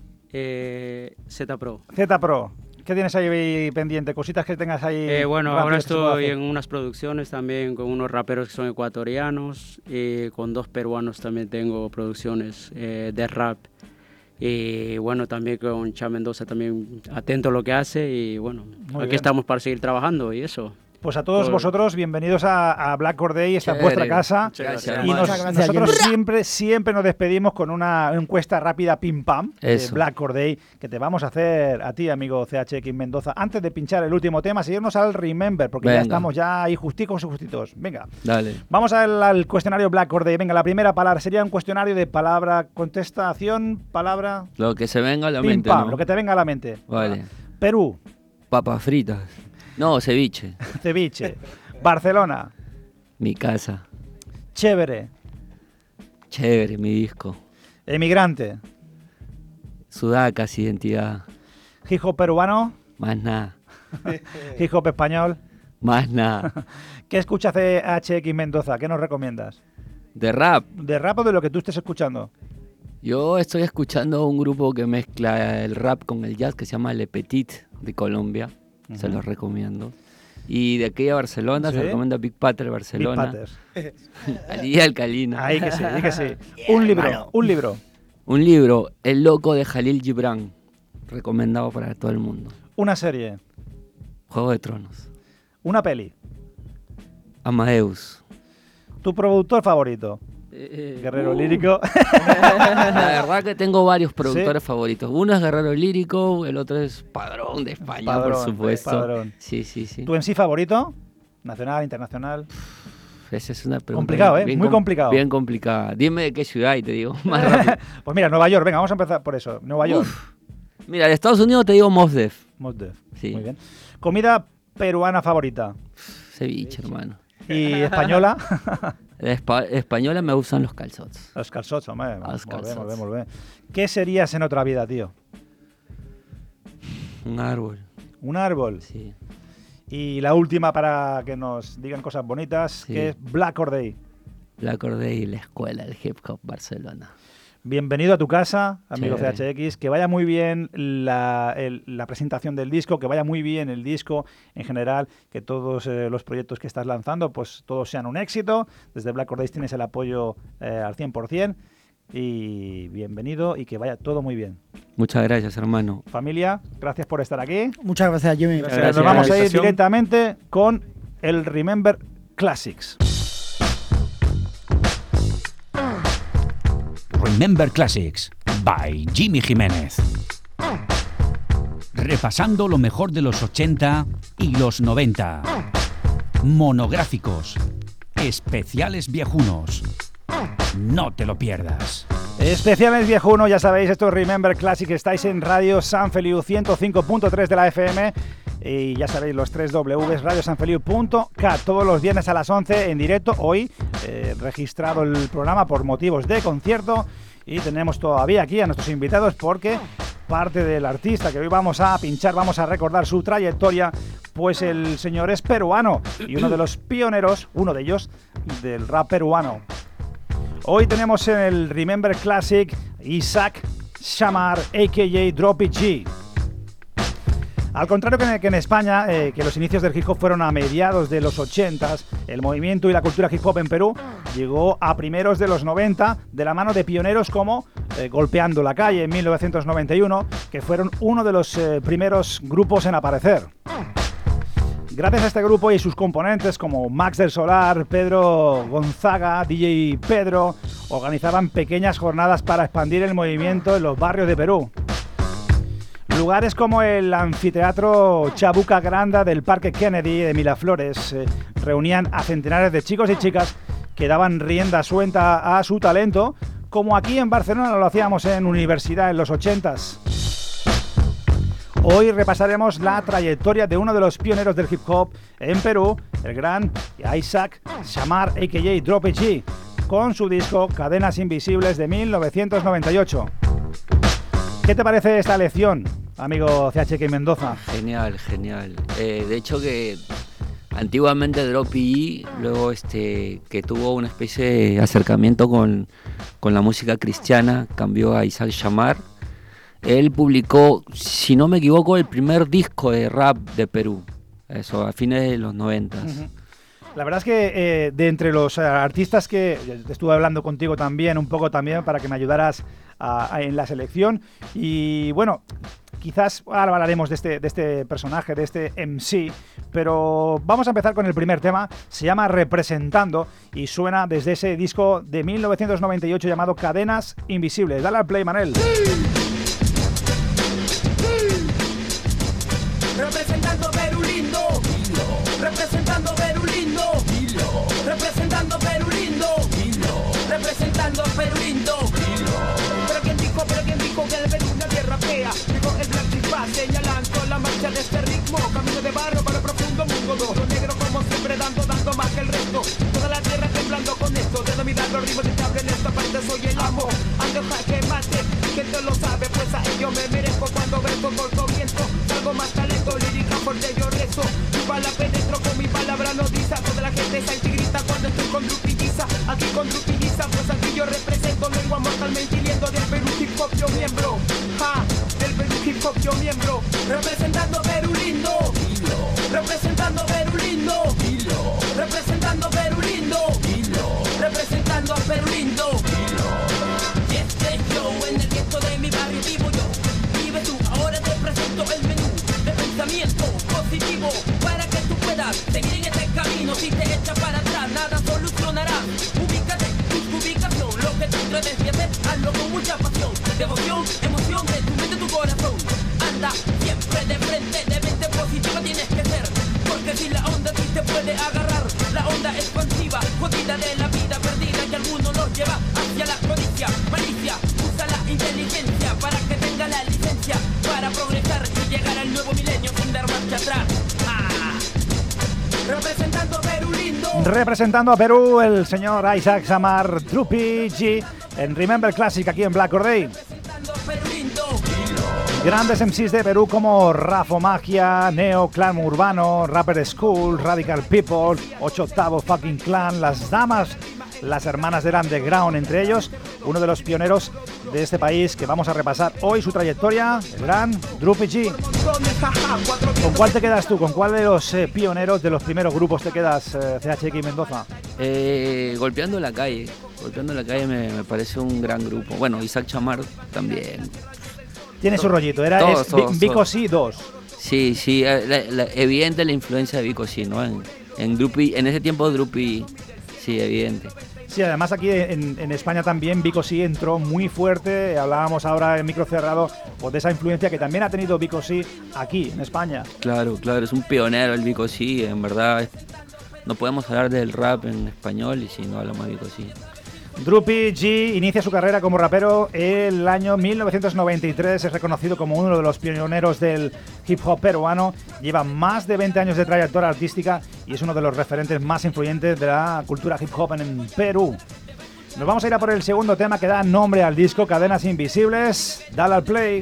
Eh, Z Pro. Z Pro. ¿Qué tienes ahí pendiente? Cositas que tengas ahí. Eh, bueno, ahora estoy en unas producciones también con unos raperos que son ecuatorianos y con dos peruanos también tengo producciones eh, de rap. Y bueno, también con Cha Mendoza también atento a lo que hace y bueno, Muy aquí bien. estamos para seguir trabajando y eso. Pues a todos Por... vosotros, bienvenidos a, a Black Corday, esta es vuestra casa. Gracias. Y nos, gracias, nosotros Jimmy. siempre, siempre nos despedimos con una encuesta rápida pim pam de Eso. Black Corday que te vamos a hacer a ti, amigo C H X Mendoza, antes de pinchar el último tema, seguirnos al Remember, porque Venga. ya estamos ya ahí justicos y justitos. Venga, Dale. vamos al, al cuestionario Black Corday. Venga, la primera palabra sería un cuestionario de palabra, contestación, palabra, Lo que se venga a la pim mente, pam, ¿no? lo que te venga a la mente. Vale. Perú, Papas fritas. No, ceviche. ceviche. Barcelona, Mi casa. chévere. Chévere, mi disco. Emigrante. Sudacas, identidad. Hip hop peruano. Más nada. Hip hop español. Más nada. ¿Qué escucha C H X Mendoza? ¿Qué nos recomiendas? De rap. ¿De rap o de lo que tú estés escuchando? Yo estoy escuchando un grupo que mezcla el rap con el jazz que se llama Le Petit de Colombia. Uh-huh. Se los recomiendo. Y de aquí a Barcelona, ¿sí? Se recomienda Big Pater Barcelona. Big Pater. Alí Alcalina. Ahí que sí, ahí que sí. Un libro, un libro. Un libro, El loco de Jalil Gibran. Recomendado para todo el mundo. Una serie. Juego de Tronos. Una peli. Amadeus. ¿Tu productor favorito? Eh, Guerrero uh. Lírico. La verdad que tengo varios productores, ¿sí? Favoritos. Uno es Guerrero Lírico, el otro es Padrón de España, Padrón, por supuesto. Padrón. Sí, sí, sí. ¿Tu M C favorito? ¿Nacional, internacional? Esa es una pregunta. Complicado, ¿eh? Bien, muy complicado. Bien complicada. Dime de qué ciudad y te digo más rápido. Pues mira, Nueva York. Venga, vamos a empezar por eso. Nueva York. Uf. Mira, de Estados Unidos te digo Mos Def. Mos Def. Sí. Muy bien. ¿Comida peruana favorita? Ceviche, hermano. ¿Y española? De espa española me gustan los calzots. Los calzots, hombre. Los calzots. Volvé, volvé, volvé. ¿Qué serías en otra vida, tío? Un árbol. ¿Un árbol? Sí. Y la última para que nos digan cosas bonitas, sí. Que es Black Or Day. Black Or Day, la escuela del hip hop Barcelona. Bienvenido a tu casa, amigo Chévere. C H X. Que vaya muy bien la, el, la presentación del disco, que vaya muy bien el disco en general, que todos eh, los proyectos que estás lanzando, pues todos sean un éxito. Desde Black Or Days tienes el apoyo eh, al cien por cien. Y bienvenido y que vaya todo muy bien. Muchas gracias, hermano. Familia, gracias por estar aquí. Muchas gracias, Jimmy. Gracias. Gracias. Nos vamos a ir directamente con el Remember Classics. Remember Classics by Jimmy Jiménez. Repasando lo mejor de los ochenta y los noventa. Monográficos. Especiales viejunos. No te lo pierdas. Especiales viejuno, ya sabéis, esto es Remember Classic, estáis en Radio San Feliu ciento cinco punto tres de la F M y ya sabéis los tres dobles, radio san feliu punto cat, todos los viernes a las once en directo. Hoy eh, registrado el programa por motivos de concierto y tenemos todavía aquí a nuestros invitados porque parte del artista que hoy vamos a pinchar, vamos a recordar su trayectoria, pues el señor es peruano y uno de los pioneros, uno de ellos, del rap peruano. Hoy tenemos en el Remember Classic Isaac Shamar, a k a. Droppy G. Al contrario que en, que en España, eh, que los inicios del hip hop fueron a mediados de los ochentas, el movimiento y la cultura hip hop en Perú llegó a primeros de los noventa de la mano de pioneros como eh, Golpeando la Calle en mil novecientos noventa y uno, que fueron uno de los eh, primeros grupos en aparecer. Gracias a este grupo y sus componentes como Max del Solar, Pedro Gonzaga, D J Pedro, organizaban pequeñas jornadas para expandir el movimiento en los barrios de Perú. Lugares como el anfiteatro Chabuca Granda del Parque Kennedy de Miraflores eh, reunían a centenares de chicos y chicas que daban rienda suelta a su talento, como aquí en Barcelona lo hacíamos en Universidad en los ochentas. Hoy repasaremos la trayectoria de uno de los pioneros del hip hop en Perú, el gran Isaac Shamar, a k a. Droppy G, con su disco Cadenas Invisibles de mil novecientos noventa y ocho. ¿Qué te parece esta lección, amigo C H X Mendoza? Genial, genial. Eh, de hecho que antiguamente Droppy G, luego este, que tuvo una especie de acercamiento con, con la música cristiana, cambió a Isaac Shamar. Él publicó, si no me equivoco, el primer disco de rap de Perú, eso, a fines de los noventas. Uh-huh. La verdad es que eh, de entre los uh, artistas que estuve hablando contigo también, un poco también para que me ayudaras a, a, en la selección, y bueno, quizás ahora hablaremos de este, de este personaje, de este M C, pero vamos a empezar con el primer tema, se llama Representando y suena desde ese disco de mil novecientos noventa y ocho llamado Cadenas Invisibles. Dale al play, Manel. Representando Perú lindo, representando Perú lindo, representando Perú lindo, representando Perú lindo. Pero quien dijo, pero quien dijo que el Perú nadie rapea. Dijo el Black Chispa señalando la marcha de este ritmo. Camino de barro para el profundo mundo. Los negros como siempre dando, dando más que el resto. Toda la tierra temblando con esto. De dominar los ritmos estables en esta parte soy el amo. Ando jaque mate. Gente lo sabe, pues a ello me merezco. Cuando verso corto viento, salgo más talento, lírica fuerte yo rezo. Mi bala penetro con mi palabra nodriza. Toda la gente salta y grita cuando estoy con Drupilliza. Aquí con Drupilliza, pues aquí yo represento. Lengua mortalmente hiriendo del Perú hip hop yo miembro. Ja, del Perú hip hop yo miembro. Representando Perú lindo. Representando Perú lindo. Representando Perú lindo. Representando a Perú lindo. Y este show en el gueto de mi barrio vivo yo. Vive tú, ahora te presento el menú de pensamiento positivo para que tú puedas seguir en este camino. Si te echas para atrás, nada solucionará. Ubícate, tu ubicación, lo que tú trates de hacer, hazlo con mucha pasión, devoción, emoción de tu mente, tu corazón. Anda siempre de frente, de mente positiva tienes que ser, porque si la onda a ti te puede agarrar, la onda expansiva, jodida de la vida perdida que alguno los lleva hacia la codicia, malicia. Usa la inteligencia para que tenga la licencia para progresar y llegar al nuevo milenio sin dar marcha atrás. ¡Ah! Representando a Perú lindo. Representando a Perú, el señor Isaac Samar, Drupi G, en Remember Classic aquí en Black Corday. Grandes M Cs de Perú como Rafo Magia, Neo, Clan Urbano, Rapper School, Radical People, Ocho Octavo Fucking Clan, Las Damas, las hermanas del underground, entre ellos uno de los pioneros de este país que vamos a repasar hoy su trayectoria, el gran Drupi G. ¿Con cuál te quedas tú? ¿Con cuál de los eh, pioneros de los primeros grupos te quedas, eh, C H X Mendoza? Eh, golpeando la calle, golpeando la calle me, me parece un gran grupo. Bueno, Isaac Samar también. Tiene su rollito, era todos, es todos, Vico todos. C dos. Sí, sí, la, la, evidente la influencia de Vico C, ¿no? En, en, Drupi, en ese tiempo Drupi, sí, evidente. Sí, además aquí en, en España también Vico C entró muy fuerte. Hablábamos ahora en micro cerrado pues, de esa influencia que también ha tenido Vico C aquí en España. Claro, claro, es un pionero el Vico C, en verdad. No podemos hablar del rap en español y si no hablamos de Vico C. Drupi G inicia su carrera como rapero el año mil novecientos noventa y tres, es reconocido como uno de los pioneros del hip hop peruano, lleva más de veinte años de trayectoria artística y es uno de los referentes más influyentes de la cultura hip hop en Perú. Nos vamos a ir a por el segundo tema que da nombre al disco, Cadenas Invisibles. Dale al play.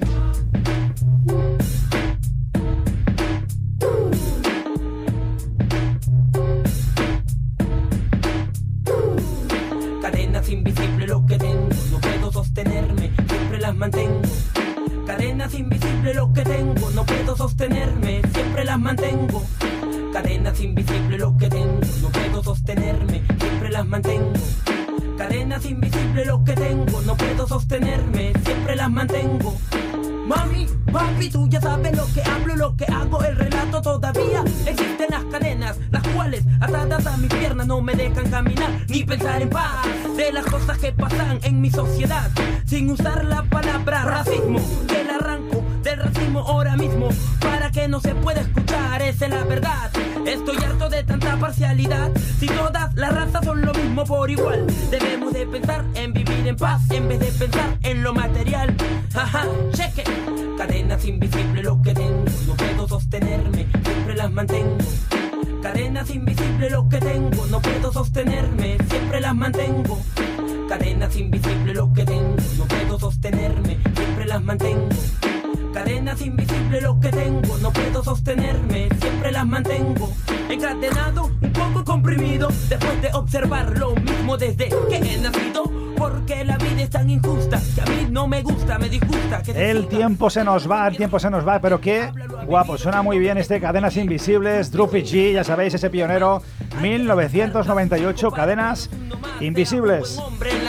Invisible lo que tengo, no puedo sostenerme, siempre las mantengo. Cadenas invisibles lo que tengo, no puedo sostenerme, siempre las mantengo. Cadenas invisibles lo que tengo, no puedo sostenerme, siempre las mantengo. Cadenas invisibles lo que tengo, no puedo sostenerme, siempre las mantengo. Mami, papi, tú ya sabes lo que hablo, lo que hago, el relato todavía. Existen las cadenas, las cuales atadas a mis piernas no me dejan caminar ni pensar en paz. De las cosas que pasan en mi sociedad, sin usar la palabra racismo, que la arranco del racismo ahora mismo, para que no se pueda escuchar, esa es la verdad. Estoy harto de tanta parcialidad, si todas las razas son lo mismo por igual. Debemos de pensar en vivir en paz, en vez de pensar en lo material. Ajá, cheque. Cadenas invisibles lo que tengo, no puedo sostenerme, siempre las mantengo. Cadenas invisibles lo que tengo, no puedo sostenerme, siempre las mantengo. Cadenas invisibles lo que tengo, no puedo sostenerme, siempre las mantengo. Cadenas invisibles lo que tengo, no puedo sostenerme, siempre las mantengo. Encadenado, un poco comprimido, después de observar lo mismo desde que he nacido. Porque la vida es tan injusta que a mí no me gusta, me disgusta. Que el tiempo se nos va, el tiempo se nos va, pero qué guapo, suena muy bien este Cadenas Invisibles, Drupi G, ya sabéis, ese pionero, mil novecientos noventa y ocho, Cadenas Invisibles.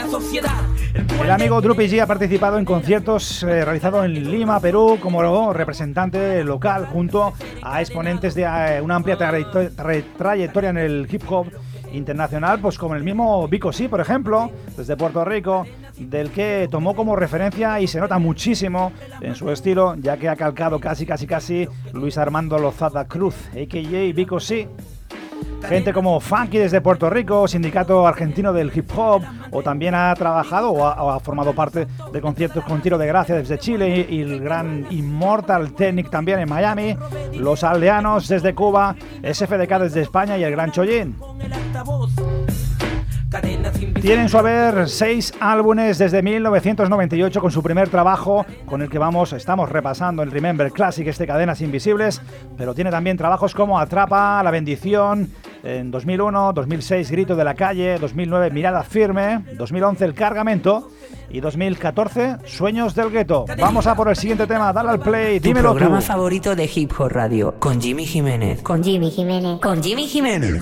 El amigo Drupi G ha participado en conciertos eh, realizados en Lima, Perú, como representante local, junto a exponentes de eh, una amplia tra- tra- trayectoria en el hip hop internacional, pues como el mismo Vico C, por ejemplo, desde Puerto Rico, del que tomó como referencia y se nota muchísimo en su estilo, ya que ha calcado casi casi casi Luis Armando Lozada Cruz, a k a. Vico C. Gente como Funky desde Puerto Rico, Sindicato Argentino del Hip Hop, o también ha trabajado o ha, o ha formado parte de conciertos con Tiro de Gracia desde Chile y el gran Immortal Technic también en Miami, Los Aldeanos desde Cuba, S F D K desde España y el gran Chollín. Tiene en su haber seis álbumes desde mil novecientos noventa y ocho con su primer trabajo, con el que vamos, estamos repasando el Remember Classic, este Cadenas Invisibles, pero tiene también trabajos como Atrapa, La Bendición, en dos mil uno, dos mil seis Grito de la Calle, dos mil nueve Mirada Firme, dos mil once El Cargamento y dos mil catorce Sueños del Gueto. Vamos a por el siguiente tema, dale al play, Tu dímelo programa tú. favorito de Hip Hop Radio, con Jimmy Jiménez. Con Jimmy Jiménez. Con Jimmy Jiménez.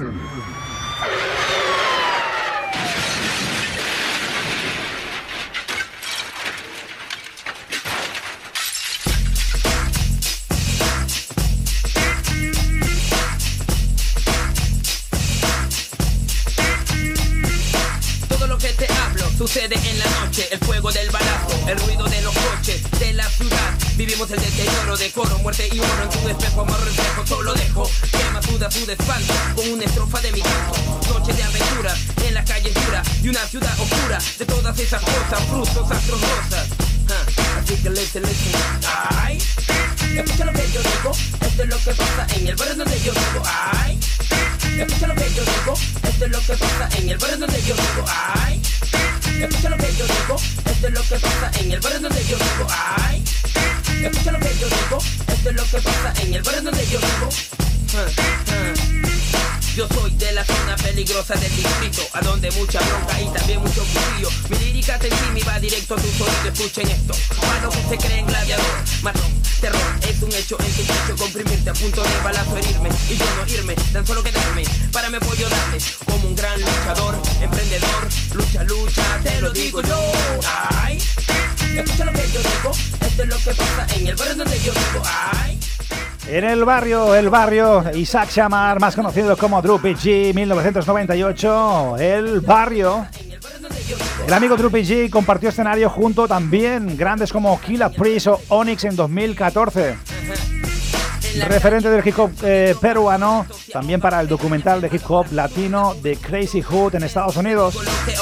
Sucede en la noche, el fuego del balazo, el ruido de los coches, de la ciudad. Vivimos el deterioro de coro, muerte y oro en tu espejo, amor reflejo, solo dejo. Quema, suda, suda, espanto, con una estrofa de mi canto. Noche de aventura, en la calle dura, de una ciudad oscura, de todas esas cosas, frutos, astros, rosas. Ah, así que listen, listen. Ay, escucha lo que yo digo, esto es lo que pasa en el barrio donde yo vivo. Ay, escucha lo que yo digo, esto es lo que pasa en el barrio donde yo vivo. Ay, escucha lo que yo digo, esto es lo que pasa en el barrio donde yo vivo. Ay, escucha lo que yo digo, esto es lo que pasa en el barrio donde yo vivo. Uh, uh. Yo soy de la zona peligrosa del distrito, a donde mucha bronca y también mucho cuchillo. Mi lírica te encima y va directo a tus oídos, escuchen esto. Mano que se creen gladiador, marrón, terror, es un hecho en tu pecho, comprimirte a punto de balazo herirme y yo no irme, tan solo quedarme, para me pollo darme, como un gran luchador, emprendedor, lucha, lucha, te lo digo yo. Ay, escucha lo que yo digo, esto es lo que pasa en el barrio donde yo vivo. Ay. En el barrio, el barrio, Isaac Shamar, más conocido como Droopy G, mil novecientos noventa y ocho, el barrio. El amigo Droopy G compartió escenario junto también grandes como Killah Priest o Onyx en dos mil catorce. Referente del hip hop eh, peruano, también para el documental de hip hop latino de Crazy Hood en Estados Unidos.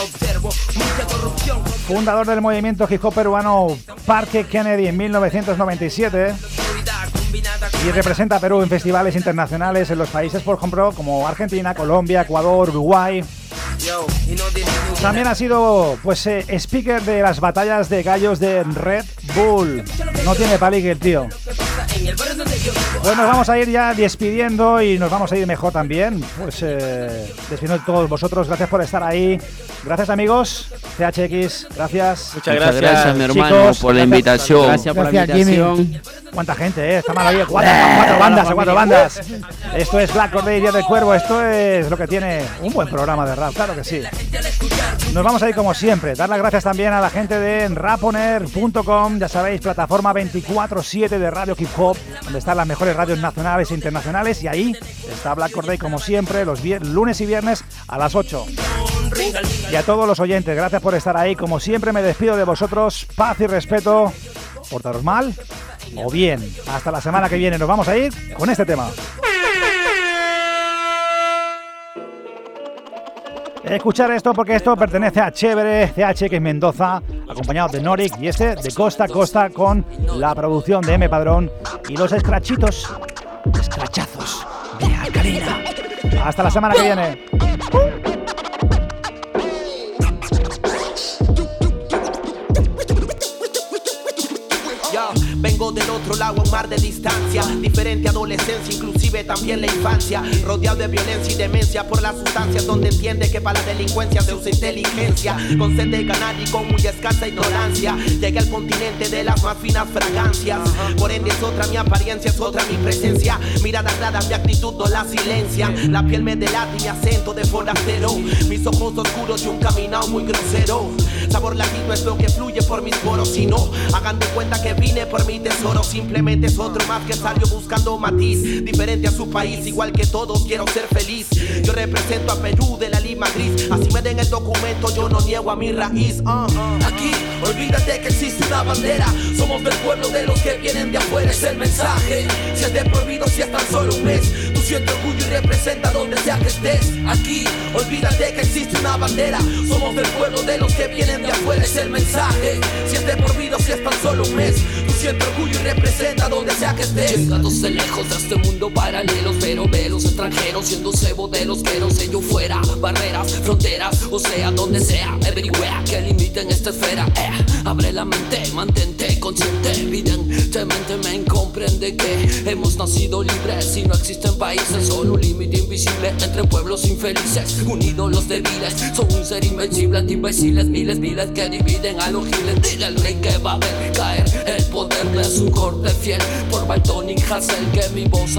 Fundador del movimiento hip hop peruano Parque Kennedy en mil novecientos noventa y siete. Y representa a Perú en festivales internacionales en los países, por ejemplo, como Argentina, Colombia, Ecuador, Uruguay. También ha sido pues eh, speaker de las batallas de gallos de Red Bull. No tiene palique el tío. Pues nos vamos a ir ya despidiendo y nos vamos a ir mejor también. Pues eh, despidiendo de todos vosotros. Gracias por estar ahí. Gracias, amigos. C H X, gracias. Muchas gracias, gracias mi hermano, chicos, por la gracias, invitación. Gracias por Gracias, la invitación. Jimmy. ¿Cuánta gente, eh? Está mal ahí. Cuatro, cuatro bandas, cuatro bandas. Esto es Black Corday, Día del Cuervo. Esto es lo que tiene un buen programa de rap, claro que sí. Nos vamos a ir como siempre. Dar las gracias también a la gente de raponer punto com. Ya sabéis, plataforma veinticuatro siete de Radio Hip Hop, donde están las mejores radios nacionales e internacionales. Y ahí está Black Corday, como siempre, los lunes y viernes a las ocho. Y a todos los oyentes, gracias por estar ahí. Como siempre, me despido de vosotros. Paz y respeto. Portaros mal o bien. Hasta la semana que viene. Nos vamos a ir con este tema. Escuchar esto porque esto pertenece a Chévere, C H X Mendoza, acompañado de Norik, y este de Costa a Costa con la producción de M Padrón y los escrachitos, escrachazos de Alcalina. Hasta la semana que viene. Vengo del otro lado, un mar de distancia. Diferente adolescencia, inclusive también la infancia. Rodeado de violencia y demencia por las sustancias, donde entiende que para la delincuencia se usa inteligencia. Con sed de ganar y con muy escasa ignorancia, llegué al continente de las más finas fragancias. Por ende es otra mi apariencia, es otra mi presencia. Mirada clara, mi actitud no la silencian. La piel me delata y mi acento de forastero. Mis ojos oscuros y un caminado muy grosero. Sabor latino es lo que fluye por mis poros. Y no hagan de cuenta que vine por mi tesoro, simplemente es otro más que salió buscando matiz. Diferente a su país, igual que todos, quiero ser feliz. Yo represento a Perú de la Lima gris. Así me den el documento, yo no niego a mi raíz. uh, uh. Aquí, olvídate que existe una bandera. Somos del pueblo de los que vienen de afuera, es el mensaje. Si es de prohibido, si es tan solo un mes, tú siente orgullo y representa donde sea que estés. Aquí, olvídate que existe una bandera. Somos del pueblo de los que vienen de afuera, es el mensaje. Si es de prohibido, si es tan solo un mes, tú siente orgullo y representa donde sea que estés. Llegados de lejos de este mundo paralelo, pero ve los extranjeros siendo cebo de los veros. Ello fuera, barreras, fronteras, o sea, donde sea, everywhere, que limiten esta esfera. eh. Abre la mente, mantente consciente, evidentemente me comprende que hemos nacido libres y no existen países, solo un límite invisible entre pueblos infelices, unidos los débiles, son un ser invencible de imbéciles, miles, miles que dividen a los giles. Dile al rey que va a ver caer el poder de su corte fiel, por Baltonic Hassel, que mi voz